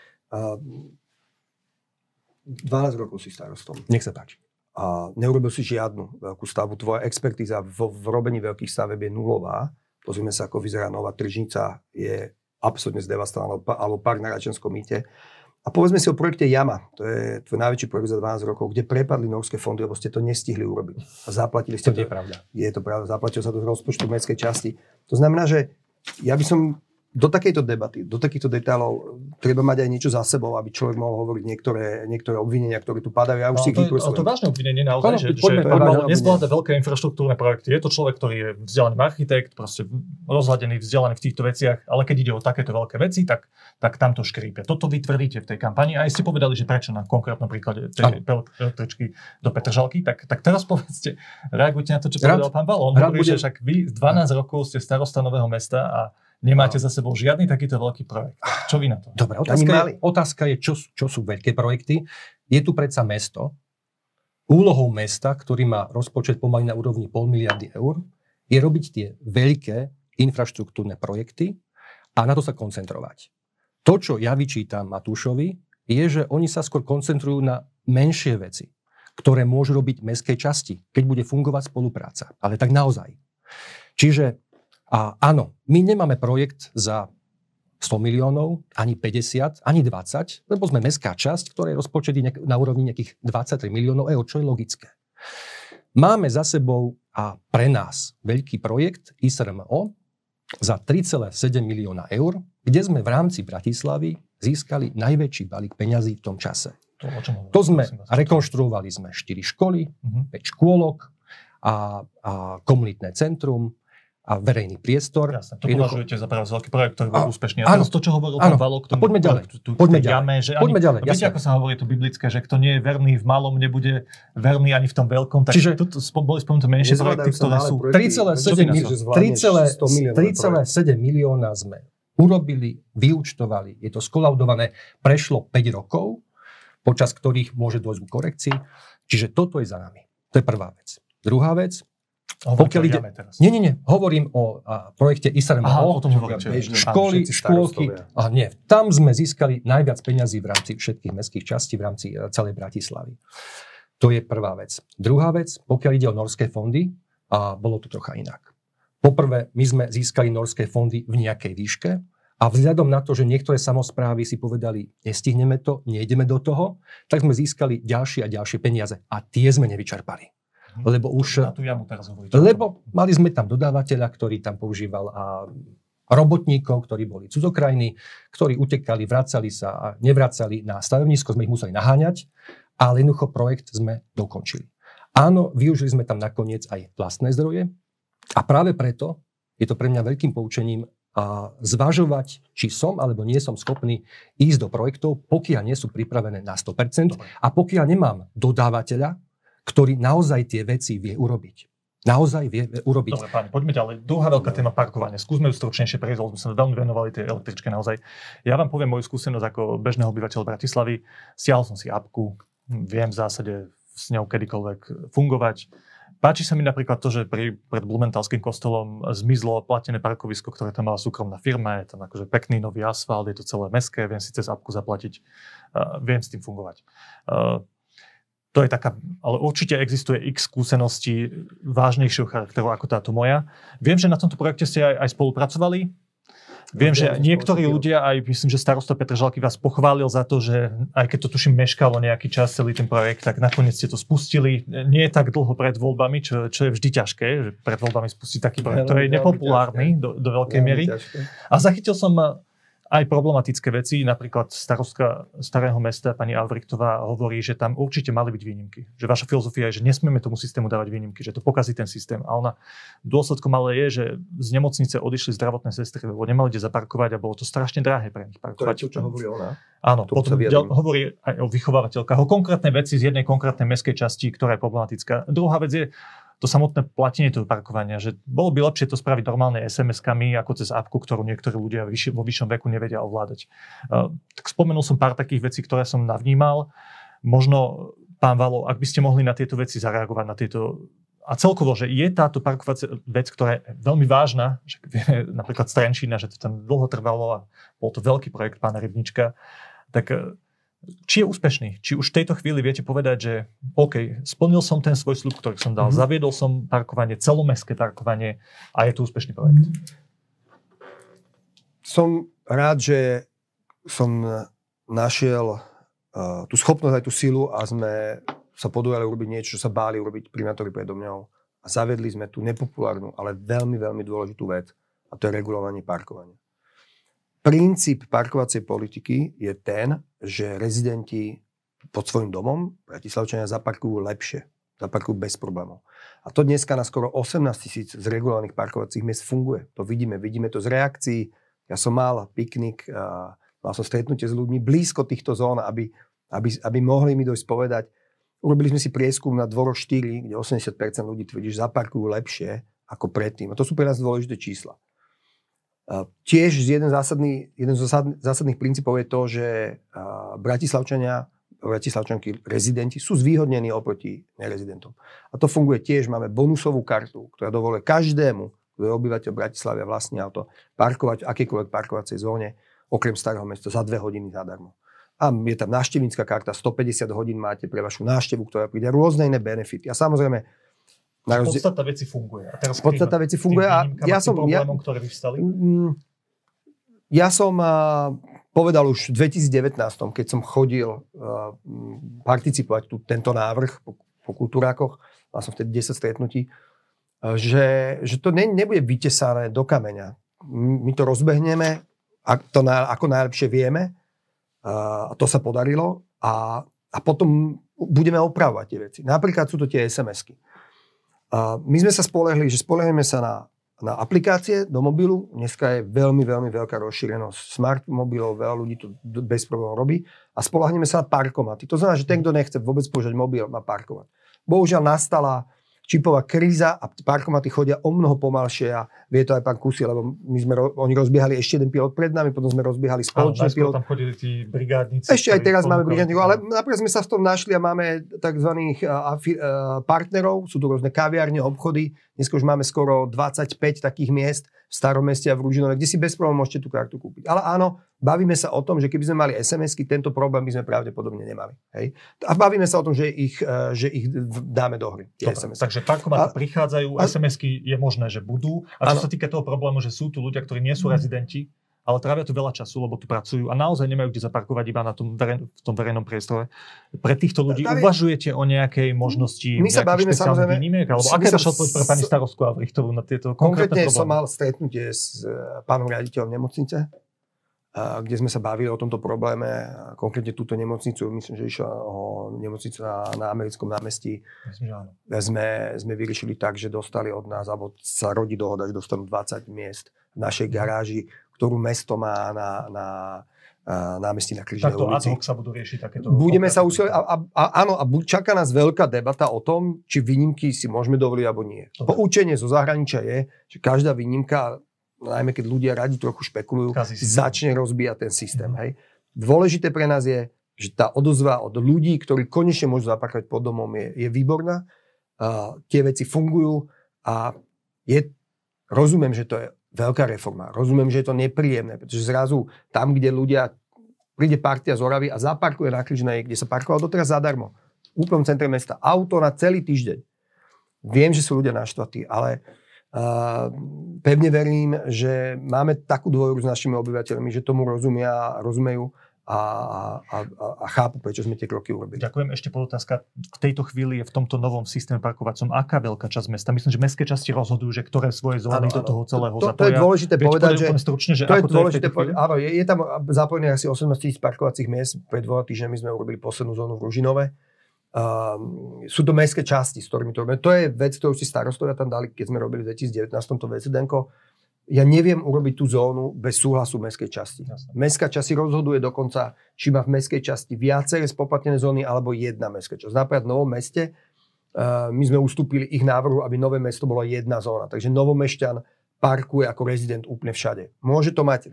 12 rokov si starostom.
Nech sa páči.
A neurobil si žiadnu veľkú stavbu. Tvoja expertíza v robení veľkých stavieb je nulová. Pozrime sa, ako vyzerá Nová Tržnica, je absolútne zdevastovaná, alebo park na Račanskom mýte. A povedzme si o projekte Jama, to je tvoj najväčší projekt za 12 rokov, kde prepadli norské fondy, lebo ste to nestihli urobiť. A zaplatili ste
to. To je pravda.
Je to pravda, zaplatilo sa to z rozpočtu mestskej časti. To znamená, že ja by som do takejto debaty, do takýchto detailov treba mať aj niečo za sebou, aby človek mohol hovoriť niektoré obvinenia, ktoré tu padajú. Ja už si
ale to vážne obvinenie naozaj, že nezvláda veľké infraštruktúrne projekty. Je to človek, ktorý je vzdelaný architekt, proste rozhľadený, vzdelaný v týchto veciach, ale keď ide o takéto veľké veci, tak tam to škrípe. Toto vy tvrdíte v tej kampani a aj ste povedali, že prečo na konkrétnom príklade tej električky do Petržalky, tak teraz povedzte, reagujte na to, čo povedal pán Balo. On hovorí, že však vy 12 rokov ste starosta Nového Mesta a nemáte za sebou žiadny takýto veľký projekt. Čo vy na to?
Dobre, otázka je čo sú veľké projekty. Je tu predsa mesto. Úlohou mesta, ktorý má rozpočet pomaly na úrovni 0,5 miliardy eur, je robiť tie veľké infraštruktúrne projekty a na to sa koncentrovať. To, čo ja vyčítam Matúšovi, je, že oni sa skôr koncentrujú na menšie veci, ktoré môžu robiť mestskej časti, keď bude fungovať spolupráca. Ale tak naozaj. Čiže áno, my nemáme projekt za 100 miliónov, ani 50, ani 20, lebo sme mestská časť, ktorej rozpočet je na úrovni nejakých 23 miliónov eur, čo je logické. Máme za sebou a pre nás veľký projekt ISRMO za 3,7 milióna eur, kde sme v rámci Bratislavy získali najväčší balík peňazí v tom čase. To sme rekonštruovali 4 školy, 5 škôlok a komunitné centrum, a verejný priestor.
Jasne, to považujete za práve veľký projekt, ktorý bol úspešný. A teraz to, čo hovoril pán Valo, k tomu
poďme ďalej. Poďme ďalej.
Viete, ako sa hovorí to biblické, že kto nie je verný v malom, nebude verný ani v tom veľkom. Tak čiže tu boli spomenuté menšie projekty, ktoré sú
3,7 milióna sme urobili, vyúčtovali. Je to skolaudované, prešlo 5 rokov, počas ktorých môže dôjsť k korekcii. Čiže toto je za nami. To je prvá vec. Druhá vec, pokiaľ ide... Nie. Hovorím o projekte ISRMO. Školy, škôlky. Tam sme získali najviac peňazí v rámci všetkých mestských častí, v rámci celej Bratislavy. To je prvá vec. Druhá vec, pokiaľ ide o norské fondy, bolo to trocha inak. Poprvé, my sme získali norské fondy v nejakej výške a vzhľadom na to, že niektoré samosprávy si povedali, nestihneme to, nejdeme do toho, tak sme získali ďalšie a ďalšie peniaze a tie sme nevyčerpali. Lebo už...
Na tú jamu teraz hovoríte.
Lebo mali sme tam dodávateľa, ktorý tam používal robotníkov, ktorí boli cudzokrajní, ktorí utekali, vracali sa a nevracali na stavebníctvo, sme ich museli naháňať, ale jednoducho projekt sme dokončili. Áno, využili sme tam nakoniec aj vlastné zdroje a práve preto je to pre mňa veľkým poučením zvažovať, či som alebo nie som schopný ísť do projektov, pokiaľ nie sú pripravené na 100% a pokiaľ nemám dodávateľa, ktorý naozaj tie veci vie urobiť.
Dobre, páni, poďme ďalej. Druhá veľká téma parkovanie. Skúsme ju stručnejšie prejsť, lebo sme sa veľmi venovali tej električke naozaj. Ja vám poviem moju skúsenosť ako bežného obyvateľa Bratislavy. Stiahol som si apku, viem v zásade s ňou kedykoľvek fungovať. Páči sa mi napríklad to, že pred Blumenthal-ským kostolom zmizlo platené parkovisko, ktoré tam mala súkromná firma, je tam akože pekný nový asfalt, je to celé mestské, viem si cez apku zaplatiť, viem s tým fungovať. To je taká, ale určite existuje x skúseností vážnejšieho charakteru ako táto moja. Viem, že na tomto projekte ste aj spolupracovali. Viem, že niektorí ľudia, aj myslím, že starosta Petr Žalky vás pochválil za to, že aj keď to tuším meškalo nejaký čas celý ten projekt, tak nakoniec ste to spustili. Nie je tak dlho pred voľbami, čo je vždy ťažké, že pred voľbami spustiť taký projekt, ktorý je nepopulárny do veľkej miery. A zachytil som aj problematické veci, napríklad starostka Starého mesta, pani Albrichtová, hovorí, že tam určite mali byť výnimky. Že vaša filozofia je, že nesmieme tomu systému dávať výnimky, že to pokazí ten systém. A ona dôsledkom ale je, že z nemocnice odišli zdravotné sestry, lebo nemali kde zaparkovať a bolo to strašne drahé pre nich parkovať.
To je to, čo hovorí ona?
Áno, potom hovorí aj o vychovávateľkách, o konkrétnej veci z jednej konkrétnej mestskej časti, ktorá je problematická. Druhá vec je to samotné platenie toho parkovania, že bolo by lepšie to spraviť normálne SMS-kami ako cez appku, ktorú niektorí ľudia vo vyššom veku nevedia ovládať. Tak spomenul som pár takých vecí, ktoré som navnímal. Možno, pán Valo, ak by ste mohli na tieto veci zareagovať, na tieto. A celkovo, že je táto parkovacia vec, ktorá je veľmi vážna, že napríklad Trenčína, že to tam dlho trvalo a bol to veľký projekt pána Rybnička, tak či je úspešný? Či už v tejto chvíli viete povedať, že OK, splnil som ten svoj sľub, ktorý som dal, zaviedol som parkovanie, celomestské parkovanie a je to úspešný projekt?
Som rád, že som našiel tú schopnosť aj tú silu a sme sa podujali urobiť niečo, čo sa báli urobiť primátori predo mňou. A zavedli sme tú nepopulárnu, ale veľmi, veľmi dôležitú vec a to je regulovanie parkovania. Princíp parkovacej politiky je ten, že rezidenti pod svojím domom, Bratislavčania, zaparkujú lepšie, zaparkujú bez problémov. A to dneska na skoro 18 000 zregulovaných parkovacích miest funguje. To vidíme to z reakcií. Ja som mal piknik, mal som stretnutie s ľuďmi blízko týchto zón, aby mohli mi dojsť povedať. Urobili sme si prieskum na dvoroch 4, kde 80% ľudí tvrdí, že zaparkujú lepšie ako predtým. A to sú pre nás dôležité čísla. Tiež jeden zo zásadných princípov je to, že Bratislavčanky, rezidenti sú zvýhodnení oproti nerezidentom. A to funguje tiež. Máme bonusovú kartu, ktorá dovoluje každému, kto je obyvateľ Bratislavy a vlastní auto, parkovať v akejkoľvek parkovacej zóne, okrem Starého mesta, za 2 hodiny zadarmo. A je tam návštevnícka karta, 150 hodín máte pre vašu návštevu, ktorá príde, rôzne iné benefity. A samozrejme,
podstata veci funguje.
A ja som
problémom, ktoré vyvstali?
Ja som povedal už v 2019, keď som chodil participovať tento návrh po kultúrákoch, mal som vtedy 10 stretnutí, že to nebude vytesané do kameňa. My to rozbehneme, ako najlepšie vieme, a to sa podarilo a potom budeme opravovať tie veci. Napríklad sú to tie SMS-ky. My sme sa spoľahlíme sa na aplikácie do mobilu. Dneska je veľmi, veľmi veľká rozšírenosť smart mobilov, veľa ľudí to bez problémov robí. A spoľahneme sa na parkomaty. To znamená, že ten, kto nechce vôbec používať mobil, má parkovať. Bohužiaľ nastala čipová kríza a parkomaty chodia o mnoho pomalšie a vie to aj pán Kusy, lebo oni rozbiehali ešte jeden pilot pred nami, potom sme rozbiehali spoločný pilot.
Tam chodili tí brigádnici.
Ešte aj teraz máme brigádnikov, ale napríklad sme sa v tom našli a máme takzvaných partnerov, sú tu rôzne kaviárne, obchody. Dnes už máme skoro 25 takých miest v Starom meste a v Ružinove, kde si bez problémov môžete tú kartu kúpiť. Ale áno, bavíme sa o tom, že keby sme mali SMS-ky, tento problém by sme pravdepodobne nemali. Hej? A bavíme sa o tom, že ich dáme do hry.
Takže parkomaty prichádzajú, SMS-ky je možné, že budú. A čo sa týka toho problému, že sú tu ľudia, ktorí nie sú rezidenti, ale trávia tu veľa času, lebo tu pracujú a naozaj nemajú kde zaparkovať iba v tom verejnom priestore. Pre týchto ľudí uvažujete o nejakej možnosti nejakých špeciálnych výnimiek? Alebo aká je vaša odpoveď pre pani starostku Albrichtovú na tieto konkrétne problémy?
Konkrétne som mal stretnutie s pánom riaditeľom nemocnice, kde sme sa bavili o tomto probléme. Konkrétne túto nemocnicu, myslím, že išla o nemocnicu na Americkom námestí.
Myslím, že áno.
Sme vyriešili tak, že dostali od nás, alebo sa rodí dohoda, že dostanú 20 miest v našej garáži, ktorú mesto má na námestí na Križnej ulici.
Takto ad hoc sa budú riešiť takéto...
Budeme sa usilovať. Áno, čaká nás veľká debata o tom, či výnimky si môžeme dovoliť, alebo nie. Dobre. Poučenie zo zahraničia je, že každá výnimka, najmä keď ľudia radi trochu špekulujú, začne rozbíjať ten systém. Hej. Dôležité pre nás je, že tá odozva od ľudí, ktorí konečne môžu zaparkovať pod domom, je výborná. tie veci fungujú a rozumiem, že to je veľká reforma. Rozumiem, že je to nepríjemné, pretože zrazu tam, kde príde partia z Oravy a zaparkuje na Križnej, kde sa parkoval doteraz zadarmo, v úplnom centre mesta, auto na celý týždeň. Viem, že sú ľudia naštvatí, ale pevne verím, že máme takú dôveru s našimi obyvateľmi, že tomu rozumejú a chápu, prečo sme tie kroky urobili.
Ďakujem. Ešte podotázka. V tejto chvíli je v tomto novom systéme parkovacom aká veľká časť mesta? Myslím, že mestské časti rozhodujú, že ktoré svoje zóny do toho celého zapoja.
To je dôležité povedať, že
stručne, že
to je
ako
dôležité povedať. Áno, je tam zapojených asi 18 000 parkovacích miest. Pred 2 týždňami sme urobili poslednú zónu v Ružinove. Sú to mestské časti, s ktorými to robíme. To je vec, ktorú si starostovia tam dali, keď sme robili v 2019 to VCDNko. Ja neviem urobiť tú zónu bez súhlasu mestskej časti. Jasne. Mestská časť si rozhoduje dokonca, či má v mestskej časti viaceré spoplatnené zóny alebo jedna mestská časť. Napríklad v Novom Meste my sme ustúpili ich návrhu, aby Nové Mesto bolo jedna zóna. Takže Novomešťan parkuje ako rezident úplne všade. Môže to mať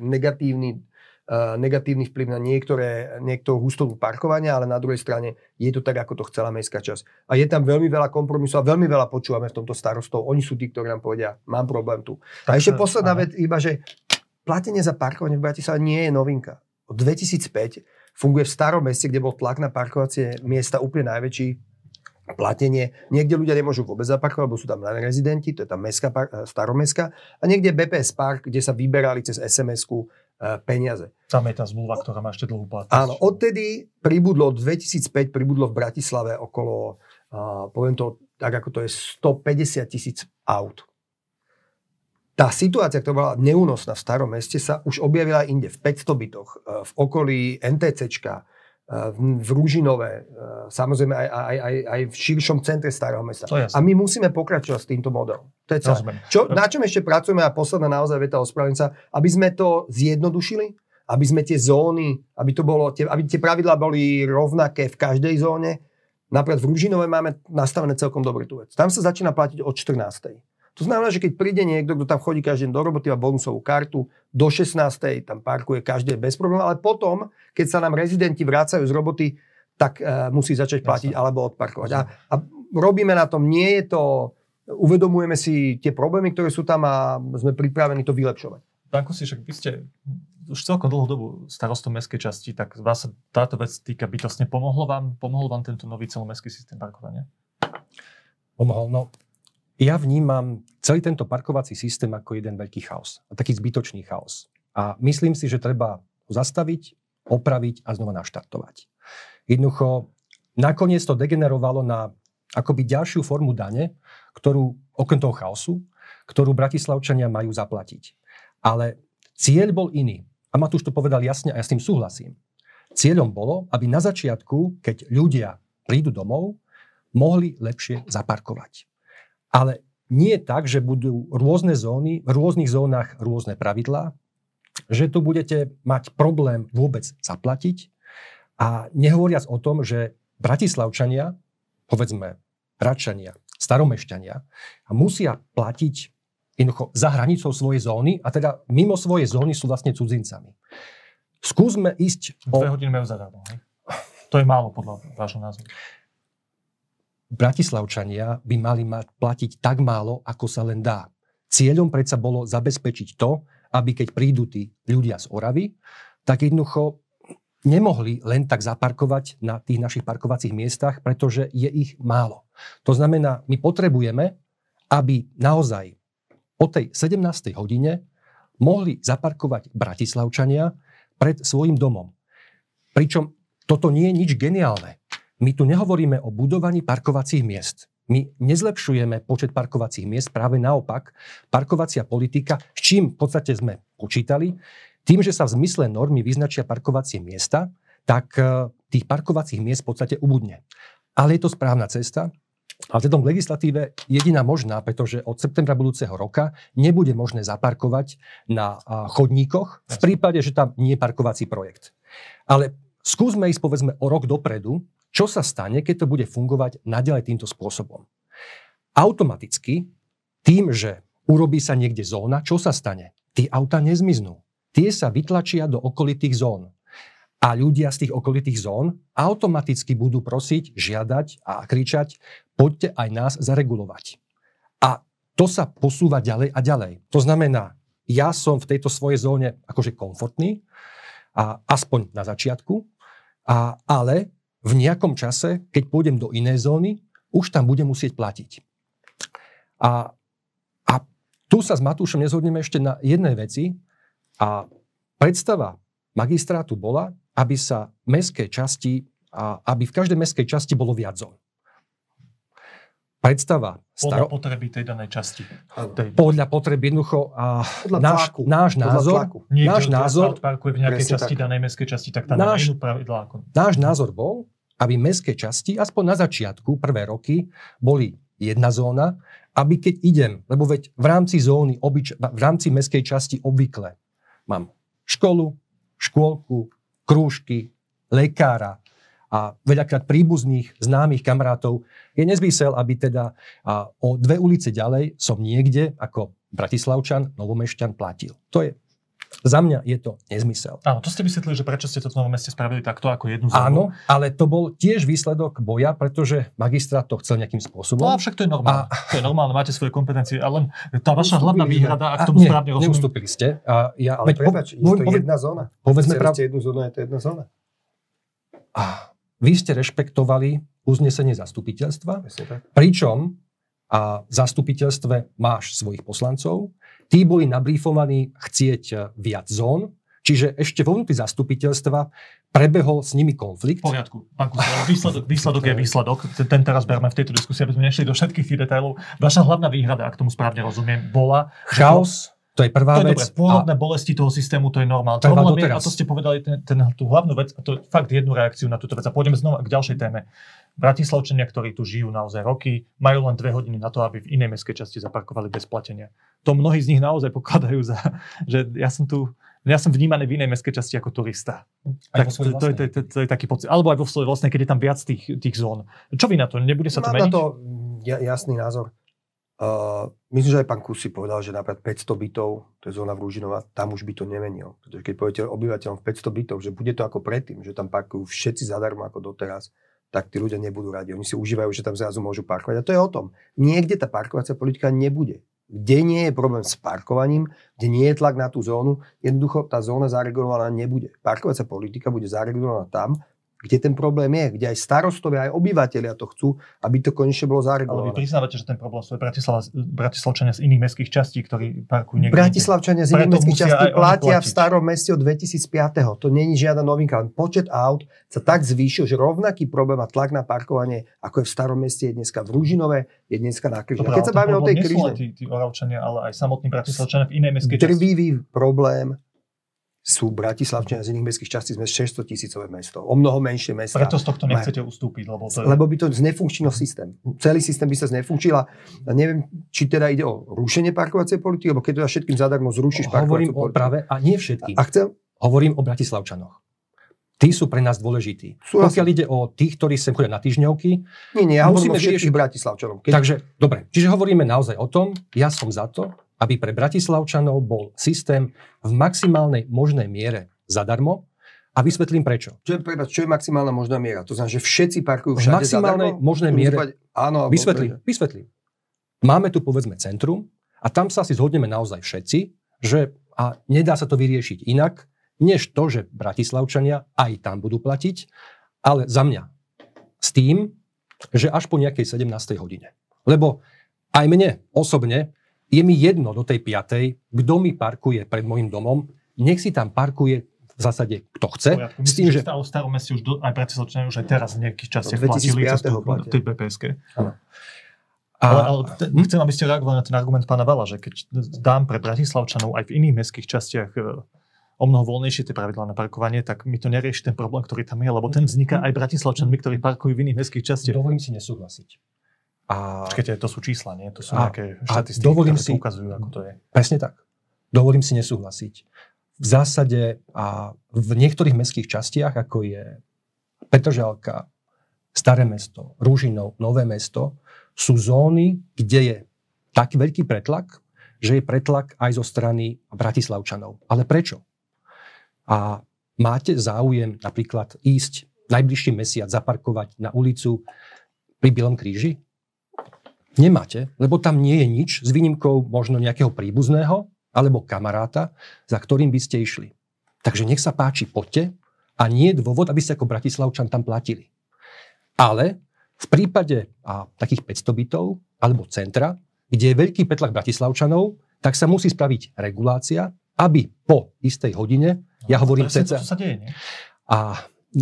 negatívny vplyv na niektorú hustotu parkovania, ale na druhej strane je to tak, ako to chcela mestská časť. A je tam veľmi veľa kompromisov a veľmi veľa počúvame v tomto starostov. Oni sú tí, ktorí nám povedia, mám problém tu. A ešte posledná vec, iba že platenie za parkovanie v Bratislave nie je novinka. Od 2005 funguje v Starom Meste, kde bol tlak na parkovacie miesta úplne najväčší, platenie. Niekde ľudia nemôžu vôbec zaparkovať, lebo sú tam len rezidenti, to je tam staromestská. A niekde BPS Park, kde sa vyberali cez SMS-ku peniaze.
Tam je tá zmluva, ktorá má ešte dlhú platnosť.
Áno, odtedy od 2005 pribudlo v Bratislave okolo, poviem to tak, ako to je, 150 000 aut. Tá situácia, ktorá bola neúnosná v Starom Meste, sa už objavila inde, v 500 bytoch, v okolí NTCčka, v Ružinove, samozrejme aj v širšom centre Starého Mesta. A my musíme pokračovať s týmto modelom. To je celé. Na čom ešte pracujeme, a posledná naozaj veta, ospravedlňujem sa, aby sme to zjednodušili, aby sme tie zóny, aby tie pravidlá boli rovnaké v každej zóne. Napríklad v Ružinove máme nastavené celkom dobre tú vec. Tam sa začína platiť od 14. To znamená, že keď príde niekto, kto tam chodí každý deň do roboty, má bonusovú kartu, do 16. tam parkuje každý bez problémov, ale potom, keď sa nám rezidenti vracajú z roboty, tak musí začať platiť alebo odparkovať. A robíme na tom, nie je to, uvedomujeme si tie problémy, ktoré sú tam a sme pripravení to vylepšovať.
Danko, však vy ste už celkom dlhú dobu starostom mestskej časti, tak vás sa táto vec týka bytostne. Pomohol vám tento nový celomestský systém parkovania?
Pomohol, no. Ja vnímam celý tento parkovací systém ako jeden veľký chaos. A taký zbytočný chaos. A myslím si, že treba ho zastaviť, opraviť a znova naštartovať. Jednoducho, nakoniec to degenerovalo na akoby ďalšiu formu dane, ktorú, okrem toho chaosu, ktorú Bratislavčania majú zaplatiť. Ale cieľ bol iný. A Matúš to povedal jasne a ja s tým súhlasím. Cieľom bolo, aby na začiatku, keď ľudia prídu domov, mohli lepšie zaparkovať. Ale nie je tak, že budú rôzne zóny, v rôznych zónach rôzne pravidlá, že tu budete mať problém vôbec zaplatiť. A nehovoriac o tom, že Bratislavčania, povedzme Hradčania, Staromešťania, musia platiť jednoducho za hranicou svojej zóny a teda mimo svojej zóny sú vlastne cudzincami. Skúsme ísť
2 hodiny majú zadarmo. To je málo podľa vášho názoru.
Bratislavčania by mali platiť tak málo, ako sa len dá. Cieľom predsa bolo zabezpečiť to, aby keď prídu tí ľudia z Oravy, tak jednoducho nemohli len tak zaparkovať na tých našich parkovacích miestach, pretože je ich málo. To znamená, my potrebujeme, aby naozaj o tej 17. hodine mohli zaparkovať Bratislavčania pred svojim domom. Pričom toto nie je nič geniálne. My tu nehovoríme o budovaní parkovacích miest. My nezlepšujeme počet parkovacích miest, práve naopak. Parkovacia politika, s čím v podstate sme počítali, tým, že sa v zmysle normy vyznačia parkovacie miesta, tak tých parkovacích miest v podstate ubudne. Ale je to správna cesta. A v tom legislatíve jediná možná, pretože od septembra budúceho roka nebude možné zaparkovať na chodníkoch v prípade, že tam nie je parkovací projekt. Ale skúsme ísť povedzme o rok dopredu, čo sa stane, keď to bude fungovať naďalej týmto spôsobom. Automaticky, tým, že urobí sa niekde zóna, čo sa stane? Tie autá nezmiznú. Tie sa vytlačia do okolitých zón. a ľudia z tých okolitých zón automaticky budú prosiť, žiadať a kričať, poďte aj nás zaregulovať. A to sa posúva ďalej a ďalej. To znamená, ja som v tejto svojej zóne akože komfortný, a aspoň na začiatku, ale v nejakom čase, keď pôjdem do inej zóny, už tam budem musieť platiť. A tu sa s Matúšom nezhodneme ešte na jednej veci a predstava magistrátu bola, aby sa mestské časti, aby v každej mestskej časti bolo viac zón. Predstava
podľa potreby tej danej časti.
Podľa potreby jednoducho náš názor
parkuje v nejakej časti danej mestskej časti, tak tam máme inú pravidlá.
Náš názor bol, aby mestské časti aspoň na začiatku prvé roky boli jedna zóna, aby keď idem, lebo veď v rámci zóny, v rámci mestskej časti obvykle mám školu, škôlku, krúžky, lekára a veľakrát príbuzných, známych kamarátov. Je nezmysel, aby teda o 2 ulice ďalej som niekde ako Bratislavčan, Novomešťan platil. To je, za mňa je to nezmysel.
Áno, to ste vysvetlili, že prečo ste to v Novom Meste spravili takto ako jednu zónu.
Áno, ale to bol tiež výsledok boja, pretože magistrát to chcel nejakým spôsobom.
No a však to je normálne. To je normálne, máte svoje kompetencie, ale tá vaša hlavná výhrada, ak tomu správne rozumiem.
Neustúpili ste.
Ale prepáč, je to jedna zóna.
Povedzme
jednu zónu, je to jedna zóna.
Vy ste rešpektovali uznesenie zastupiteľstva, pričom v zastupiteľstve máš svojich poslancov, tí boli nabrífovaní chcieť viac zón, čiže ešte vo vnútri zastupiteľstva prebehol s nimi konflikt.
V poriadku. Výsledok je výsledok. Ten teraz berme v tejto diskusii, aby sme nešli do všetkých tých detailov. Vaša hlavná výhrada, ak tomu správne rozumiem, bola
chaos. To je prvá vec.
Dobre, pôrodné bolesti toho systému, to je normálne. Problém je, a to ste povedali tú hlavnú vec, a to je fakt jednu reakciu na túto vec. A pôjdeme znova k ďalšej téme. Bratislavčania, ktorí tu žijú naozaj roky, majú len 2 hodiny na to, aby v inej mestskej časti zaparkovali bez platenia. To mnohí z nich naozaj pokladajú za, že ja som vnímaný v inej mestskej časti ako turista. Tak to je taký pocit. Alebo aj vo svojej vlastnej, keď je tam viac tých zón. Čo vy na to? Nebude sa to meniť?
Mám na to jasný názor. Myslím, že aj pán Kusi povedal, že napríklad 500 bytov, to je zóna v Ružinova, tam už by to nemenil. Pretože keď poviete obyvateľom v 500 bytov, že bude to ako predtým, že tam parkujú všetci zadarmo ako doteraz, tak tí ľudia nebudú radi. Oni si užívajú, že tam zrazu môžu parkovať. A to je o tom. Niekde tá parkovacia politika nebude. Kde nie je problém s parkovaním, kde nie je tlak na tú zónu, jednoducho tá zóna zaregulovaná nebude. Parkovacia politika bude zaregulovaná tam, kde ten problém je, kde aj starostovia, aj obyvateľia to chcú, aby to konečne bolo zaregulované.
Ale vy priznávate, že ten problém sú Bratislavčania z iných mestských častí, ktorí parkujú niekde.
Bratislavčania z iných mestských častí platia v starom meste od 2005. To není žiadna novinka. Počet aut sa tak zvýšil, že rovnaký problém a tlak na parkovanie, ako je v starom meste, je dneska v Ružinove, je dneska na Križne. Keď sa bavíme o tej Križne,
tí Oravčania, ale aj samotní Bratislavčania v inej mestskej časti.
Drvivý problém sú Bratislavčania z iných mestských častí, sme 600 000 mesto. O mnoho menšie mesta.
Preto z tohto nechcete ustúpiť,
lebo by to znefunkčnil systém. Celý systém by sa znefunkčil a neviem, či teda ide o rušenie parkovacej politiky, lebo keď teda všetkým zadarmo zrušíš parkovaciu politiku.
Hovorím o práve, a nie všetkým. Hovorím o Bratislavčanoch. Tí sú pre nás dôležití. Pokiaľ ide o tých, ktorí sem chodia na týždňovky,
ja hovorím o všetkých Bratislavčanov.
Takže, dobre, čiže hovoríme naozaj o tom, ja som za to, aby pre Bratislavčanov bol systém v maximálnej možnej miere zadarmo a vysvetlím prečo.
Čo je maximálna možná miera? To znamená, že všetci parkujú všade
zadarmo? V maximálnej možnej miere.
Áno,
vysvetlím. Máme tu povedzme centrum a tam sa asi zhodneme naozaj všetci, že a nedá sa to vyriešiť inak, než to, že Bratislavčania aj tam budú platiť, ale za mňa s tým, že až po nejakej 17. hodine. Lebo aj mne osobne je mi jedno do tej 5, kto mi parkuje pred môjim domom, nech si tam parkuje v zásade kto chce.
S tým, že v starom meste už aj Bratislavčania už aj teraz v nejakých častiach platili tej BPS-ke. Ale chcem, aby ste reagovali na ten argument pána Vala, že keď dám pre Bratislavčanov aj v iných mestských častiach o mnoho voľnejšie tie pravidlá na parkovanie, tak mi to nerieši ten problém, ktorý tam je, lebo ten vzniká aj Bratislavčanmi, ktorí parkujú v iných mestských častiach.
Dovolím si nesúhlasiť.
Počkajte, to sú čísla, nie? To sú nejaké štatistiky, ktoré ukazujú, ako to je.
Presne tak. Dovolím si nesúhlasiť. V zásade v niektorých mestských častiach, ako je Petržalka, Staré mesto, Ružinov, Nové mesto, sú zóny, kde je taký veľký pretlak, že je pretlak aj zo strany Bratislavčanov. Ale prečo? A máte záujem napríklad ísť najbližší mesiac zaparkovať na ulicu pri Bielom kríži? Nemáte, lebo tam nie je nič s výnimkou možno nejakého príbuzného alebo kamaráta, za ktorým by ste išli. Takže nech sa páči, poďte a nie je dôvod, aby ste ako Bratislavčan tam platili. Ale v prípade takých 500 bytov alebo centra, kde je veľký petlak Bratislavčanov, tak sa musí spraviť regulácia, aby po istej hodine, ja hovorím cca...
To sa deje, nie?
A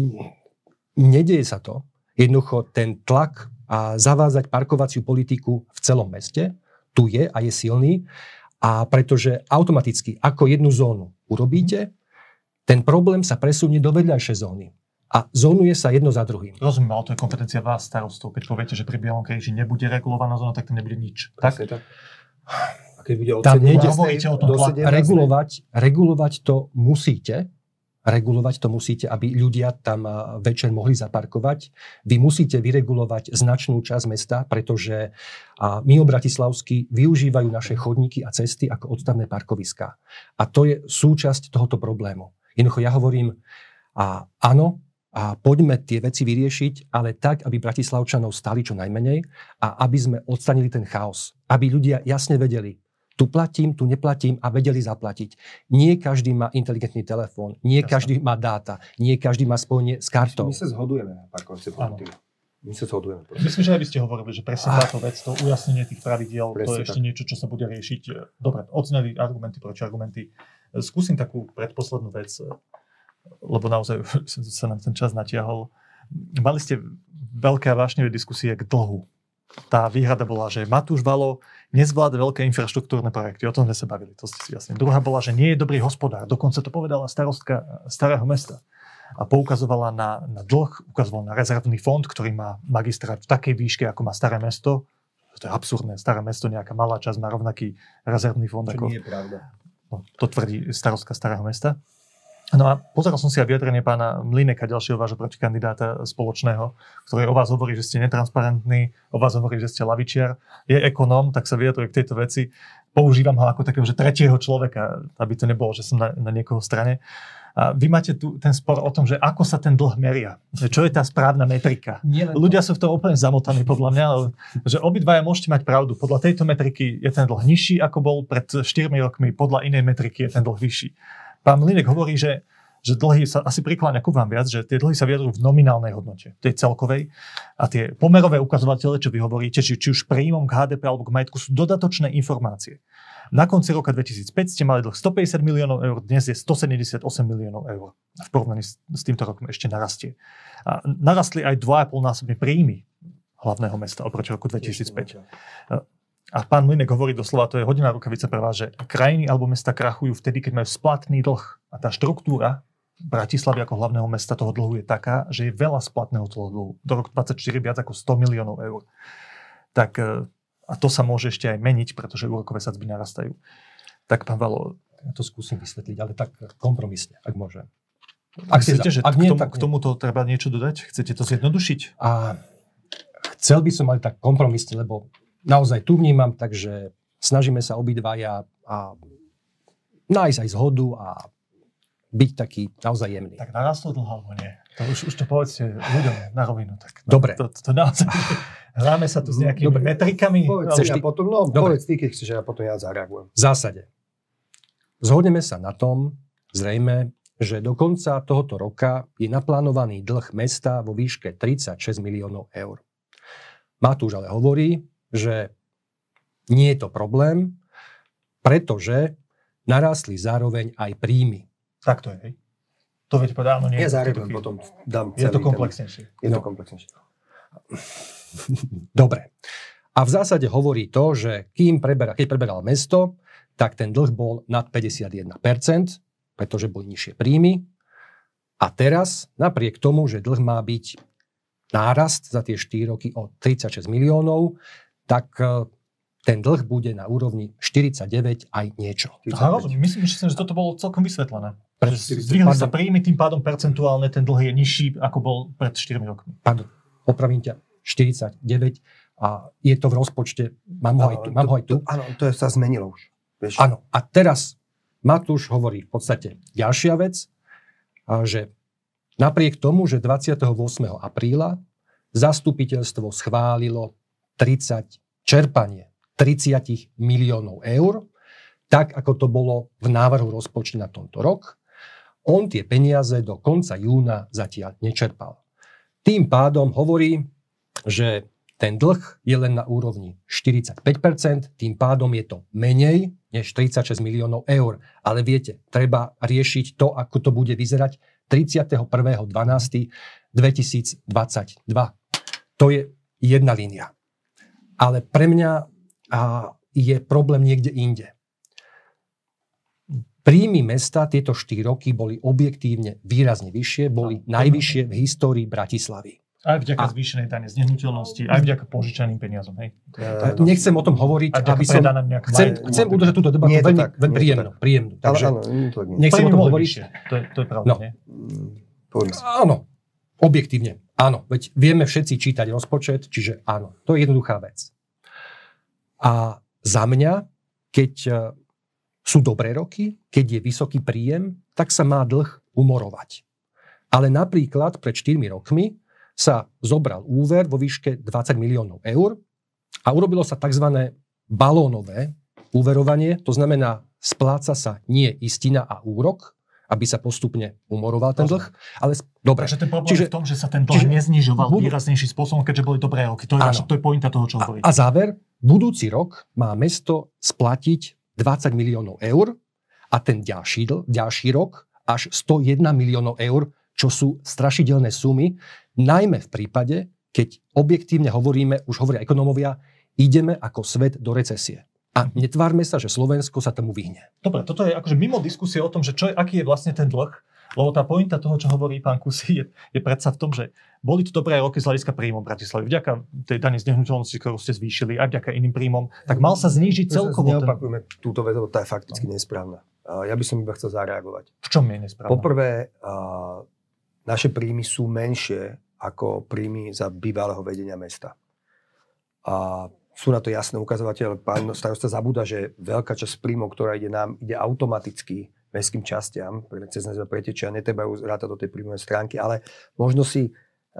nedeje sa to. Jednoducho ten tlak a zavázať parkovaciu politiku v celom meste tu je a je silný. A pretože automaticky, ako jednu zónu urobíte, ten problém sa presunie do vedľajšej zóny. A zónuje sa jedno za druhým.
Rozumiem, ale to je kompetencia vás, starostov. Keď poviete, že pri Bielom kríži nebude regulovaná zóna, tak tam nebude nič. Tak?
A keď bude od
tam nejde regulovať to musíte. Regulovať to musíte, aby ľudia tam večer mohli zaparkovať. Vy musíte vyregulovať značnú časť mesta, pretože mimobratislavskí využívajú naše chodníky a cesty ako odstavné parkoviská. A to je súčasť tohoto problému. Jednoducho ja hovorím, áno, a poďme tie veci vyriešiť, ale tak, aby Bratislavčanov stali čo najmenej a aby sme odstranili ten chaos. Aby ľudia jasne vedeli, tu platím, tu neplatím a vedeli zaplatiť. Nie každý má inteligentný telefón, nie každý má dáta, nie každý má spojenie s kartou.
My sa zhodujeme na parkovacie politiky. My sa zhodujeme.
Myslím, že aj by ste hovorili, že presne táto vec, to ujasnenie tých pravidiel, to je ešte niečo, čo sa bude riešiť. Dobre, odzneli argumenty, protiargumenty. Skúsim takú predposlednú vec, lebo naozaj sa nám ten čas natiahol. Mali ste veľké a vášnivé diskusie k dlhu. Tá výhrada bola, že Matúš Valo nezvláda veľké infraštruktúrne projekty. O tom sme sa bavili, to ste si jasne. Druhá bola, že nie je dobrý hospodár. Dokonca to povedala starostka Starého Mesta. A poukazovala na dlh, ukazovala na rezervný fond, ktorý má magistrát v takej výške, ako má Staré Mesto. To je absurdné. Staré Mesto, nejaká malá časť má rovnaký rezervný fond.
Čo nie je pravda.
No, to tvrdí starostka Starého Mesta. No a pozeral som si aj vyjadrenie pána Mlyneka, ďalšieho vášho protikandidáta spoločného, ktorý o vás hovorí, že ste netransparentní, o vás hovorí, že ste lavičiar, je ekonóm, tak sa vyjadruje k tejto veci. Používam ho ako takého, že tretieho človeka, aby to nebolo, že som na niekoho strane. A vy máte tu ten spor o tom, že ako sa ten dlh meria. Čo je tá správna metrika? Ľudia sú v tom úplne zamotaní, podľa mňa, že obidvaja môžete mať pravdu. Podľa tejto metriky je ten dlh nižší, ako bol pred 4 rokmi, podľa inej metriky je ten dlh vyšší. Pán Mlynek hovorí, že dlhy sa asi prikláňa ku vám viac, že tie dlhy sa vyjadrujú v nominálnej hodnote, tej celkovej. A tie pomerové ukazovatele, čo vy hovoríte, či už príjmom k HDP alebo k majetku, sú dodatočné informácie. Na konci roka 2005 ste mali dlh 150 miliónov eur, dnes je 178 miliónov eur. V porovnaní s týmto rokom ešte narastie. A narastli aj 2,5-násobne príjmy hlavného mesta oproti roku 2005. A pán Mlynek hovorí doslova, to je hodina rukavica pre vás, že krajiny alebo mesta krachujú vtedy, keď majú splatný dlh. A tá štruktúra Bratislavy ako hlavného mesta toho dlhu je taká, že je veľa splatného toho dlhu. Do roku 2024 viac ako 100 miliónov eur. Tak, a to sa môže ešte aj meniť, pretože úrokové sadzby narastajú. Tak pán Valo...
Ja to skúsim vysvetliť, ale tak kompromisne, ak môžem.
Chcete, že k tomuto treba niečo dodať? Chcete to zjednodušiť?
A chcel by som aj tak kompromisne, lebo naozaj tu vnímam, takže snažíme sa obidvaja a nájsť aj zhodu a byť taký naozaj jemný.
Tak narastlo dlho, alebo nie? To už to povedzte ľuďom na rovinu. Tak,
dobre.
To naozaj... Hráme sa tu s nejakými metrikami.
Povedz ty, keď chceš, ja potom ja zareagujem.
V zásade. Zhodneme sa na tom, zrejme, že do konca tohoto roka je naplánovaný dlh mesta vo výške 36 miliónov eur. Matúš ale hovorí, že nie je to problém, pretože narástli zároveň aj príjmy.
Tak to je, hej? To viete povedať, áno, nie.
Ja zareagujem, potom dám celý.
Je to komplexnejšie.
Je to komplexnejšie.
Dobre. A v zásade hovorí to, že keď preberal mesto, tak ten dlh bol nad 51%, pretože boli nižšie príjmy. A teraz, napriek tomu, že dlh má byť nárast za tie 4 roky o 36 miliónov, tak ten dlh bude na úrovni 49 aj niečo.
Myslím, že toto bolo celkom vysvetlené. Zdvihli sa príjmy, tým pádom percentuálne ten dlh je nižší, ako bol pred 4 rokmi.
Pardon, opravím ťa, 49 a je to v rozpočte, mám ho aj tu.
Áno, to sa zmenilo už.
Áno, a teraz Matúš hovorí v podstate ďalšia vec že napriek tomu, že 28. apríla zastupiteľstvo schválilo čerpanie 30 miliónov eur, tak ako to bolo v návrhu rozpočtu na tento rok, on tie peniaze do konca júna zatiaľ nečerpal. Tým pádom hovorí, že ten dlh je len na úrovni 45%, tým pádom je to menej než 36 miliónov eur. Ale viete, treba riešiť to, ako to bude vyzerať 31.12.2022. To je jedna línia. Ale pre mňa je problém niekde inde. Príjmy mesta tieto 4 roky boli objektívne výrazne vyššie, boli najvyššie v histórii Bratislavy.
Aj vďaka zvýšenej dane z nehnuteľnosti, aj vďaka požičaným peniazom. Hej.
Nechcem o tom hovoriť, aby som... Chcem udržať túto debatu veľmi príjemnú. Takže nechcem o tom hovoriť.
To je pravda, nie?
Áno, objektívne. Áno, veď vieme všetci čítať rozpočet, čiže áno, to je jednoduchá vec. A za mňa, keď sú dobré roky, keď je vysoký príjem, tak sa má dlh umorovať. Ale napríklad pred 4 rokmi sa zobral úver vo výške 20 miliónov eur a urobilo sa tzv. Balónové úverovanie, to znamená, spláca sa nie istina a úrok, aby sa postupne umoroval ten dlh. Ale dobre.
Takže ten problém je v tom, že sa ten dlh neznižoval výraznejším spôsobom, keďže boli dobré roky. To je pointa toho, čo hovoríte.
A záver, budúci rok má mesto splatiť 20 miliónov eur a ten ďalší rok až 101 miliónov eur, čo sú strašidelné sumy, najmä v prípade, keď objektívne hovoríme, už hovoria ekonómovia, ideme ako svet do recesie. A netvárme sa, že Slovensko sa tomu vyhne.
Dobre, toto je akože mimo diskusie o tom, že aký je vlastne ten dlh, lebo tá pointa toho, čo hovorí pán Kusy, je predsa v tom, že boli to dobré roky z hľadiska príjmov Bratislavy. Vďaka tej dane z nehnuteľnosti, ktorú ste zvýšili, aj vďaka iným príjmom, tak mal sa znížiť celkovo.
Neopakujeme túto vec, lebo tá je fakticky nesprávna. Ja by som iba chcel zareagovať.
V čom je nesprávna?
Poprvé, naše príjmy sú menšie ako príjmy za bývalého vedenia mesta. A sú na to jasné ukazovateľe. Pán starosta zabúda, že veľká časť príjmov, ktorá ide nám, ide automaticky mestským častiam, cez nás pretečia, netreba ju rátať do tej príjmovej stránky, ale možno si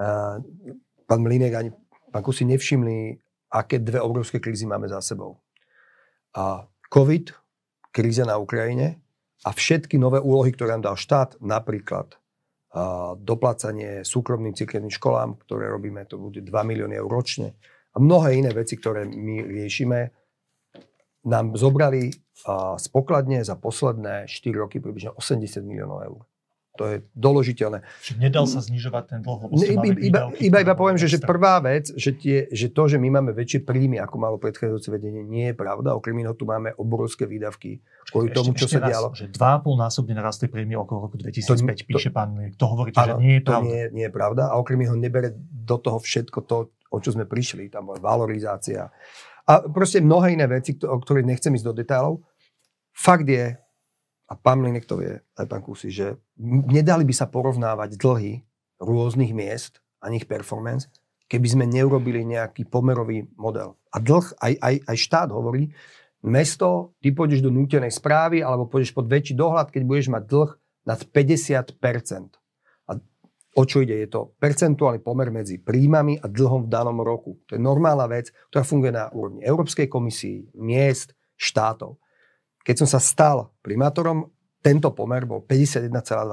pán Mlínek ani pán Kusy nevšimli, aké dve obrovské krízy máme za sebou. A COVID, kríza na Ukrajine a všetky nové úlohy, ktoré nám dal štát, napríklad doplácanie súkromným cirkevným školám, ktoré robíme, to bude 2 milióny eur ročne, a mnohé iné veci, ktoré my riešime, nám zobrali z pokladne za posledné 4 roky približne 80 miliónov eur. To je doložiteľné.
Čiže nedal sa znižovať ten dlh?
Iba poviem, že prvá vec, že to, že my máme väčšie príjmy, ako malo predchádzajúce vedenie, nie je pravda. Okrem iného tu máme obrovské výdavky kvôli tomu, čo sa dialo.
Že 2,5-násobne narastli príjmy okolo roku 2005, píše pán Mlínek. To hovoríte, že nie je pravda.
To nie je pravda. A okrem iného nebere do toho všetko to, o čo sme prišli. Tam bola valorizácia. A proste mnohé iné veci, o ktorých nechcem ísť do detailov. Fakt je, a pán Mlínek to vie, aj pán Kusy, že nedali by sa porovnávať dlhy rôznych miest a ich performance, keby sme neurobili nejaký pomerový model. A dlh, aj štát hovorí, mesto, ty pôjdeš do nútenej správy alebo pôjdeš pod väčší dohľad, keď budeš mať dlh nad 50%. A o čo ide? Je to percentuálny pomer medzi príjmami a dlhom v danom roku. To je normálna vec, ktorá funguje na úrovni Európskej komisii, miest, štátov. Keď som sa stal primátorom, tento pomer bol 51,2%.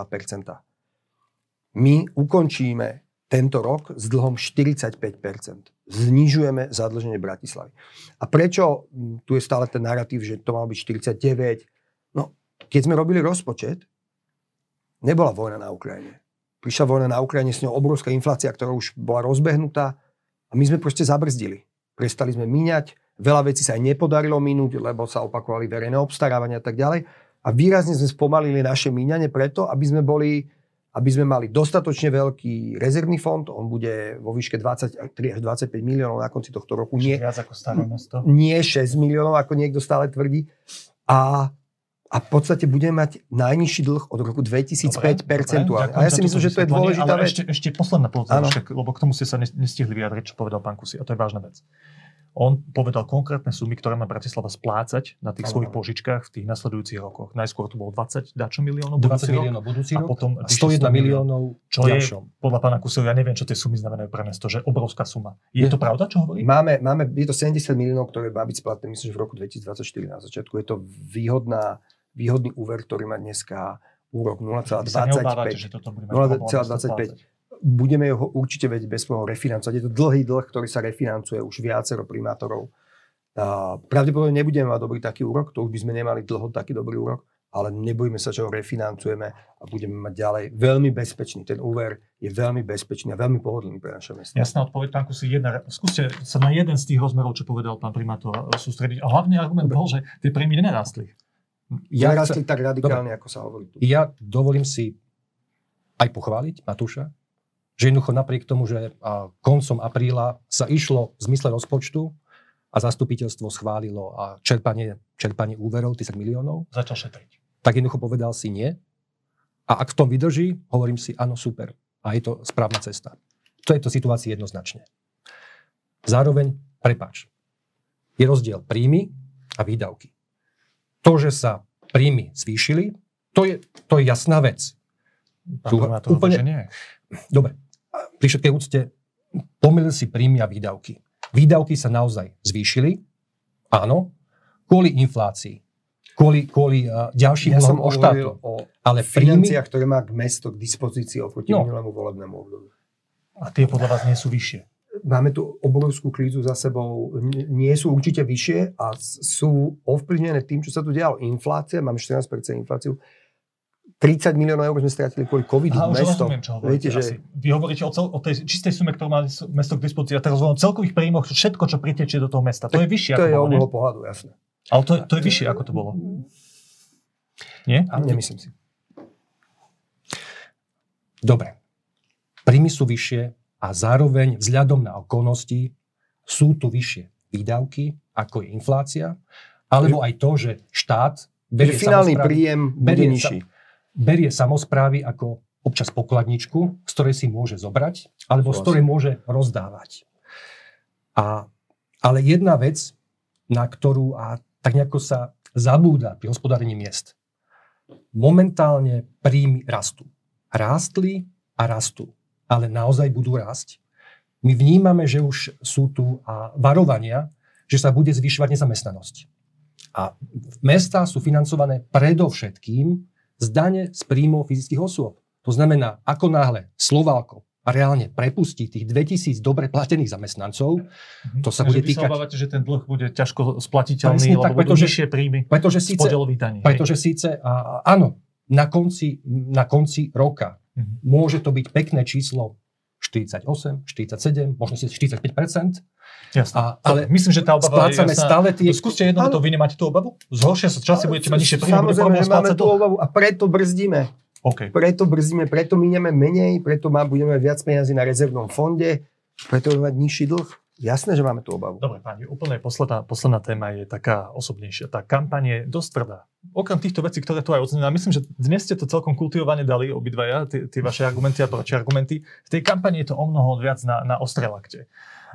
My ukončíme tento rok s dlhom 45%. Znižujeme zadlženie Bratislavy. A prečo tu je stále ten narratív, že to malo byť 49? No, keď sme robili rozpočet, nebola vojna na Ukrajine. Prišla vojna na Ukrajine, s ňou obrovská inflácia, ktorá už bola rozbehnutá a my sme proste zabrzdili. Prestali sme míňať, veľa vecí sa aj nepodarilo minúť, lebo sa opakovali verejné obstarávania a tak ďalej. A výrazne sme spomalili naše míňanie preto, aby sme mali dostatočne veľký rezervný fond. On bude vo výške 23 až 25 miliónov na konci tohto roku.
Nie viac ako staré mesto.
Nie 6 miliónov, ako niekto stále tvrdí. A v podstate budeme mať najnižší dlh od roku 2005 percentuálne. A ja si myslím, že to je dôležitá vec.
Ešte posledná poznámka, lebo k tomu ste sa nestihli vyjadriť, čo povedal pán Kusy. A to je vážna vec. On povedal konkrétne sumy, ktoré má Bratislava splácať na tých svojich požičkách v tých nasledujúcich rokoch. Najskôr to bolo 20 miliónov
20 miliónov budúci rok
a potom
101 miliónov
čo ďalšom. Je podľa pána Kuseho, ja neviem, čo tie sumy znamenajú pre mesto, že obrovská suma. Je to pravda, čo hovorí?
Je to 70 miliónov, ktoré má byť splatné, myslím, že v roku 2024 na začiatku. Je to výhodný úver, ktorý má dneska úrok 0,25. 0,25. Budeme ho určite vedieť bez toho refinancovať. Je to dlhý dlh, ktorý sa refinancuje už viacero primátorov. Pravdepodobne nebudeme mať dobrý taký úrok, to už by sme nemali dlho taký dobrý úrok, ale nebojíme sa, že ho refinancujeme a budeme mať ďalej veľmi bezpečný. Ten úver je veľmi bezpečný a veľmi pohodlný pre naše mesto.
Jasná odpoveď, pán Kusi, skúste sa na jeden z tých rozmerov, čo povedal pán primátor, sústrediť. A hlavný argument bol, že tie príjmy nenarástli.
Nerástli tak radikálne, ako sa hovorí tu.
Ja dovolím si aj pochváliť Matúša, že jednoducho napriek tomu, že koncom apríla sa išlo v zmysle rozpočtu a zastupiteľstvo schválilo a čerpanie úverov 30 miliónov.
Začal šetriť.
Tak jednoducho povedal si nie. A ak v tom vydrží, hovorím si áno, super. A je to správna cesta. To je to situácii jednoznačne. Zároveň, prepáč, je rozdiel príjmy a výdavky. To, že sa príjmy zvýšili, to je jasná vec.
Úplne nie.
Dobre, pri všetkej úcte pomýlil si príjmy a výdavky. Výdavky sa naozaj zvýšili, áno, kvôli inflácii, kvôli ďalším dlhom o štátu.
Ale financiách, ktoré má mesto k dispozícii oproti minulému volebnému obdobiu.
A tie podľa vás nie sú vyššie?
Máme tu obrovskú krízu za sebou, nie sú určite vyššie a sú ovplyvnené tým, čo sa tu dialo. Inflácia, máme 14% infláciu. 30 miliónov eur sme stratili kvôli covidu.
Mesto. Rozumiem, čo hovoríte. Vy hovoríte o tej čistej sume, ktorú má mesto k dispozícii. A teraz o celkových príjmoch, všetko, čo pritečie do toho mesta. To je vyššie,
to
ako
je
bolo,
od môjho pohľadu, jasné.
Ale to je vyššie, ako to bolo. Nie?
Nemyslím si.
Dobre. Príjmy sú vyššie a zároveň vzhľadom na okolnosti sú tu vyššie výdavky, ako je inflácia, alebo aj to, že štát berie
finálny príjem bude nižší.
Berie samosprávy ako občas pokladničku, z ktorej si môže zobrať, alebo z ktorej môže rozdávať. Ale jedna vec, na ktorú tak nejako sa zabúda pri hospodárení miest. Momentálne príjmy rastú. Rástli a rastú, ale naozaj budú rásť. My vnímame, že už sú tu varovania, že sa bude zvyšovať nezamestnanosť. A mestá sú financované predovšetkým z dane z príjmov fyzických osôb. To znamená, ako náhle Slovalko reálne prepustí tých 2000 dobre platených zamestnancov, to sa bude týkať...
Vy sa obávate, že ten dlh bude ťažko splatiteľný, lebo budú nižšie príjmy z podielových daní.
Pretože síce, áno, na konci roka môže to byť pekné číslo 48, 47, možno si 45%.
Jasné. Ale myslím, že tá obava je jasná.
Stále tie...
Skúste jedno, to vy nemáte tú obavu? Zhoršia sa časy, budete mať nižšie príjmy.
Samozrejme, že máme tú obavu a preto brzdíme.
Okay.
Preto míňame menej, preto budeme mať viac peniazy na rezervnom fonde, preto budeme mať nižší dlh. Jasné, že máme tú obavu.
Dobre, páni, úplne posledná téma je taká osobnejšia. Tá kampaň je dosť tvrdá. Okrem týchto vecí, ktoré tu aj odzneli, a myslím, že dnes ste to celkom kultivovane dali obidvaja, tie vaše argumenty a protiargumenty. V tej kampani je to omnoho viac na ostrelakte.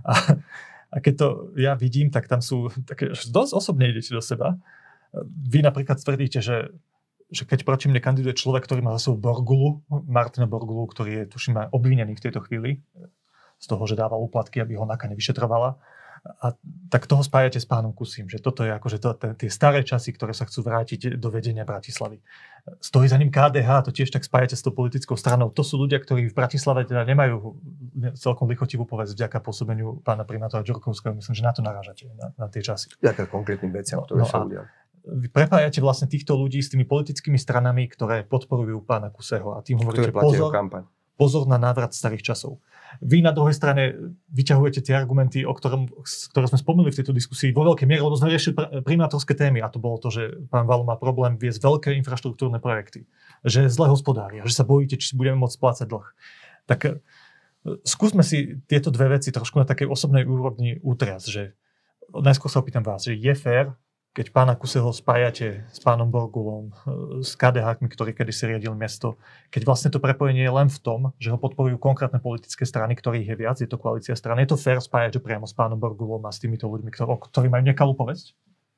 A keď to ja vidím, tak tam sú také, dosť osobne idete do seba. Vy napríklad tvrdíte, že keď proti mne kandiduje človek, ktorý má za sebou Borgulu, Martina Borgulu, ktorý je, tuším, obvinený v tejto chvíli z toho, že dával úplatky, aby ho NAKA nevyšetrovala. A tak toho spájate s pánom Kusím, že toto je akože tie staré časy, ktoré sa chcú vrátiť do vedenia Bratislavy. Stojí za ním KDH, to tiež tak spájate s tou politickou stranou. To sú ľudia, ktorí v Bratislave teda nemajú celkom lichotivú povesť vďaka pôsobeniu pána primátora Ďurkovského. Myslím, že na to narážate, na tie časy.
Vďaka konkrétnym veciam, ktoré sa udiali.
Vy prepájate vlastne týchto ľudí s tými politickými stranami, ktoré podporujú pána Kuseho a tým hovoríte pozor na návrat starých časov. Vy na druhej strane vyťahujete tie argumenty, ktoré sme spomínali v tejto diskusii vo veľkej miere, lebo sme riešili primátorské témy a to bolo to, že pán Valo má problém viesť veľké infraštruktúrne projekty, že zle hospodária, že sa bojíte, či si budeme môcť splácať dlh. Tak skúsme si tieto dve veci trošku na takej osobnej úrovni utriasť, že najskôr sa opýtam vás, že je fér, keď pána Kuseho spájate s pánom Borgulom, s KDH, ktorý kedysi riadil mesto, keď vlastne to prepojenie je len v tom, že ho podporujú konkrétne politické strany, ktorých je viac, je to koalícia strany, je to fér spájať priamo s pánom Borgulom a s týmito ľuďmi, ktorí majú nekalú povesť?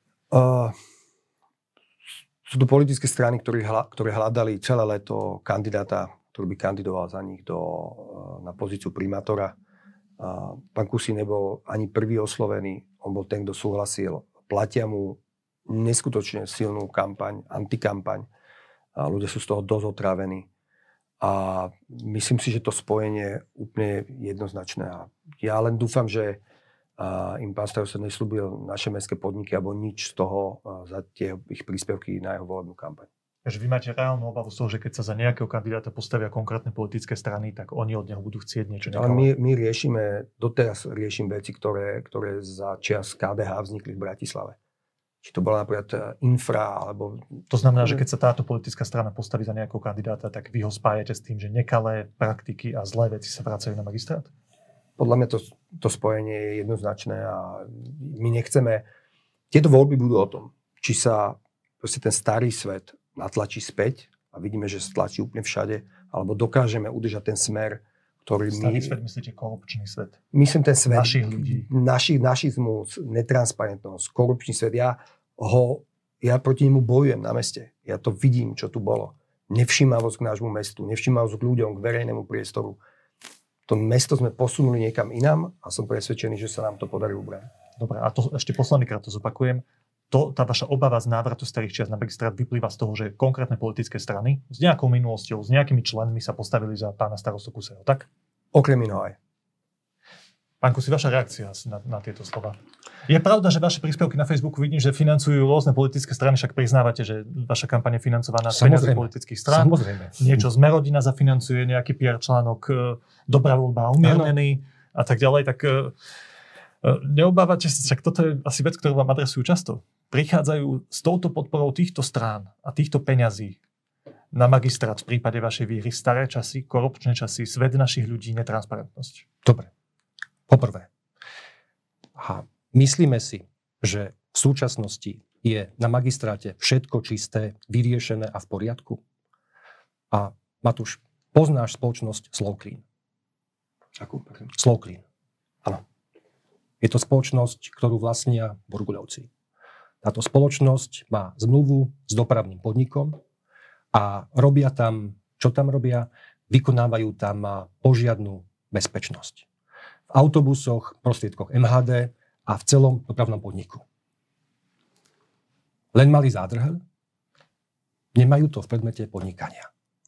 Sú to politické strany, ktoré hľadali celé leto kandidáta, ktorý by kandidoval za nich na pozíciu primátora. Pán Kusy nebol ani prvý oslovený, on bol ten, kto súhlasil. Platia mu neskutočne silnú kampaň, antikampaň. A ľudia sú z toho dosť otrávení. A myslím si, že to spojenie je úplne jednoznačné. A ja len dúfam, že im pán starosta nesľúbil naše mestské podniky alebo nič z toho za tie ich príspevky na jeho volebnú kampaň.
Takže vy máte reálnu obavu z toho, že keď sa za nejakého kandidáta postavia konkrétne politické strany, tak oni od neho budú chcieť niečo nekalé.
Ale my doteraz riešime veci, ktoré za čias KDH vznikli v Bratislave. Či to bola napríklad infra, alebo...
To znamená, že keď sa táto politická strana postaví za nejakého kandidáta, tak vy ho spájate s tým, že nekalé praktiky a zlé veci sa vracajú na magistrát?
Podľa mňa to spojenie je jednoznačné a my nechceme... Tieto voľby budú o tom, či sa proste ten starý svet natlačí späť a vidíme, že sa tlačí úplne všade, alebo dokážeme udržať ten smer, ktorý
Starý svet myslíte korupčný svet?
Myslím ten svet
našich ľudí.
Našizmus, netransparentnosť, korupčný svet. Ja proti nemu bojujem na meste. Ja to vidím, čo tu bolo. Nevšímavosť k nášmu mestu, nevšímavosť k ľuďom, k verejnému priestoru. To mesto sme posunuli niekam inám a som presvedčený, že sa nám to podarí ubrať.
Dobre, a to ešte poslednýkrát to zopakujem. Tá vaša obava z návratu starých čias na magistrát vyplýva z toho, že konkrétne politické strany s nejakou minulosťou, s nejakými členmi sa postavili za pána starostu Kuseho, tak?
Okrem iného aj.
Pán Kusy, vaša reakcia na tieto slova? Je pravda, že vaše príspevky na Facebooku vidím, že financujú rôzne politické strany, však priznávate, že vaša kampaň je financovaná z peniazí politických strán.
Samozrejme.
Niečo Smerodina zafinancuje, nejaký PR článok, dobrá voľba, umiernený a tak ďalej, tak neobávate sa, však toto je asi vec, ktorú vám adresujú často. Prichádzajú s touto podporou týchto strán a týchto peňazí na magistrát v prípade vašej výhry staré časy, korupčné časy, svet našich ľudí, netransparentnosť.
Dobre. Poprvé. Myslíme si, že v súčasnosti je na magistráte všetko čisté, vyriešené a v poriadku? A Matúš, poznáš spoločnosť Slovklín?
Akú?
Slovklín.
Áno.
Je to spoločnosť, ktorú vlastnia Borguľovci. Táto spoločnosť má zmluvu s dopravným podnikom a robia tam, čo tam robia? Vykonávajú tam požiadnu bezpečnosť. V autobusoch, prostriedkoch MHD a v celom dopravnom podniku. Len malý zádrhel? Nemajú to v predmete podnikania.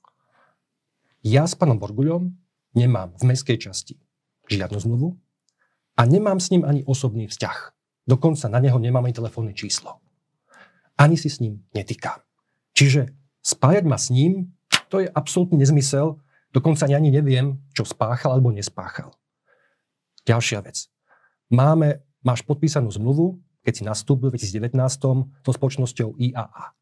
Ja s pánom Borguľom nemám v mestskej časti žiadnu zmluvu a nemám s ním ani osobný vzťah. Dokonca na neho nemám ani telefónne číslo. Ani si s ním netýkam. Čiže spájať ma s ním, to je absolútny nezmysel, dokonca ani neviem, čo spáchal alebo nespáchal. Ďalšia vec. Máš podpísanú zmluvu, keď si nastúpil v 2019 so spoločnosťou IAA.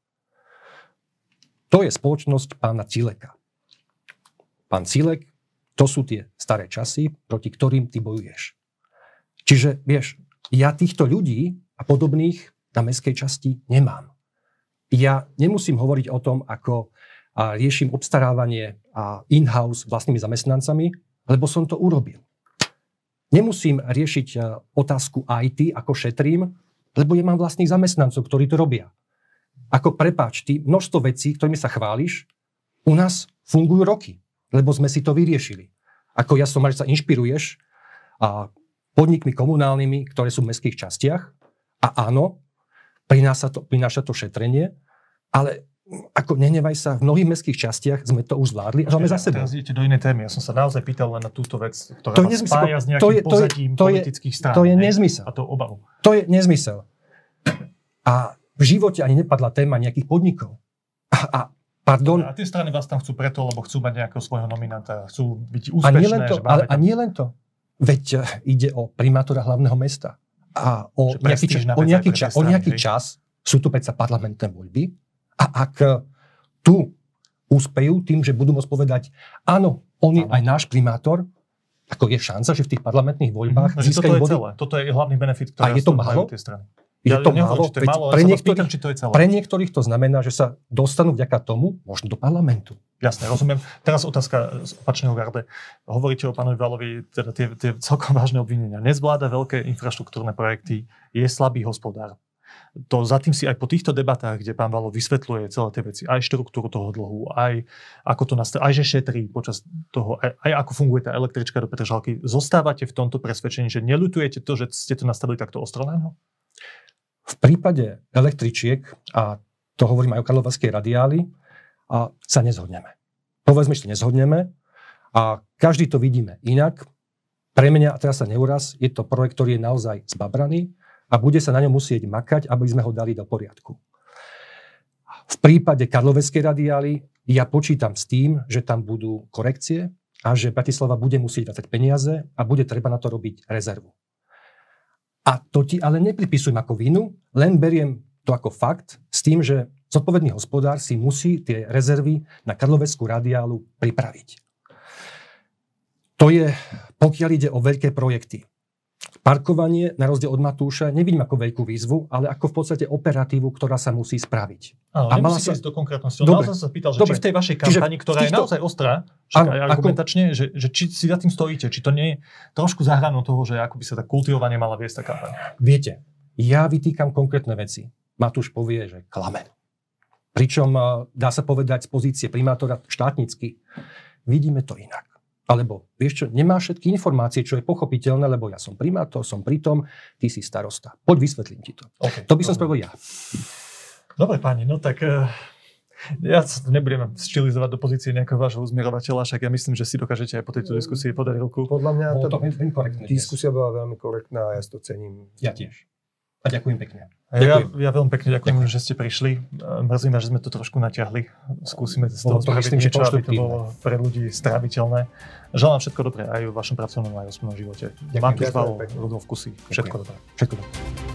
To je spoločnosť pána Cileka. Pán Cilek, to sú tie staré časy, proti ktorým ty bojuješ. Čiže, vieš, ja týchto ľudí a podobných na mestskej časti nemám. Ja nemusím hovoriť o tom, ako riešim obstarávanie in-house vlastnými zamestnancami, lebo som to urobil. Nemusím riešiť otázku IT, ako šetrím, lebo ja mám vlastných zamestnancov, ktorí to robia. Ako prepáč, ty množstvo vecí, ktorými sa chváliš, u nás fungujú roky, lebo sme si to vyriešili. Ako ja som, že sa inšpiruješ podnikmi komunálnymi, ktoré sú v mestských častiach. A áno, prináša to šetrenie, ale ako nenevaj sa, v mnohých mestských častiach sme to už zvládli a máme za sebou.
Teraz idete do inej témy. Ja som sa naozaj pýtal len na túto vec, ktorá vás spája s nejakým pozadím politických strán.
To je nezmysel.
A to obavu.
To je nezmysel. A v živote ani nepadla téma nejakých podnikov. Pardon.
A tie strany vás tam chcú preto, lebo chcú mať nejakého svojho nominanta, chcú byť úspešné.
A nie len to. Veď ide o primátora hlavného mesta. A o nejaký čas sú tu predsa parlamentné voľby. A ak tu úspejú tým, že budú môcť povedať, áno, on je aj náš primátor, ako je šanca, že v tých parlamentných voľbách
získajú body. Toto je hlavný benefit, ktorý majú tie strany.
Je to málo?
Či to je málo, či to je celé.
Pre niektorých to znamená, že sa dostanú vďaka tomu možno do parlamentu.
Jasne, rozumiem. Teraz otázka z opačného garde. Hovoríte o pánovi Valovi, teda tie celkom vážne obvinenia. Nezvláda veľké infraštruktúrne projekty, je slabý hospodár. To za tým si aj po týchto debatách, kde pán Valo vysvetľuje celé tie veci, aj štruktúru toho dlhu, aj ako to nastaví, aj že šetrí počas toho, aj ako funguje tá električka do Petržalky, zostávate v tomto presvedčení, že neľutujete to, že ste to nastavili takto ostrovného?
V prípade električiek, a to hovorím aj o karlovarskej radiáli, a sa nezhodneme. Povedzme, že nezhodneme a každý to vidíme inak. Pre mňa, a teraz sa neuraz, je to projekt, ktorý je naozaj zbabraný a bude sa na ňom musieť makať, aby sme ho dali do poriadku. V prípade karlovarskej radiály ja počítam s tým, že tam budú korekcie a že Bratislava bude musieť vracať peniaze a bude treba na to robiť rezervu. A to ti ale nepripisujem ako vinu, len beriem to ako fakt s tým, že zodpovedný hospodár si musí tie rezervy na karlovarskú radiálu pripraviť. To je, pokiaľ ide o veľké projekty. Parkovanie, na rozdiel od Matúša, nevidím ako veľkú výzvu, ale ako v podstate operatívu, ktorá sa musí spraviť.
Áno, nemusíte ísť do konkrétnosti. On naozaj sa pýtal, že či v tej vašej kampani, ktorá je naozaj ostrá, argumentačne, že či si za tým stojíte, či to nie je trošku za hranou toho, že ako by sa tak kultivovanie mala viesť tá kampaň.
Viete, ja vytýkam konkrétne veci. Matúš povie, že klame. Pričom dá sa povedať z pozície primátora štátnicky. Vidíme to inak. Alebo, vieš čo, nemá všetky informácie, čo je pochopiteľné, lebo ja som primátor, som pritom, ty si starosta. Poď vysvetlím ti to. Okay, to by som spravil ja.
Dobre, páni, no tak ja sa nebudem stilizovať do pozície nejakého vášho uzmierovateľa, však ja myslím, že si dokážete aj po tejto diskusii podať ruku.
Podľa mňa
to
diskusia bola veľmi korektná a ja si to cením.
Ja tiež. A ďakujem pekne.
Ja veľmi pekne ďakujem, že ste prišli. Mrzí ma, že sme to trošku natiahli. Skúsime z toho spraviť niečo, aby to bolo pre ľudí stráviteľné. Želám všetko dobré aj v vašom pracovnom aj osobnom živote. Matúš Valo, Rudolf Kusy. Všetko dobré.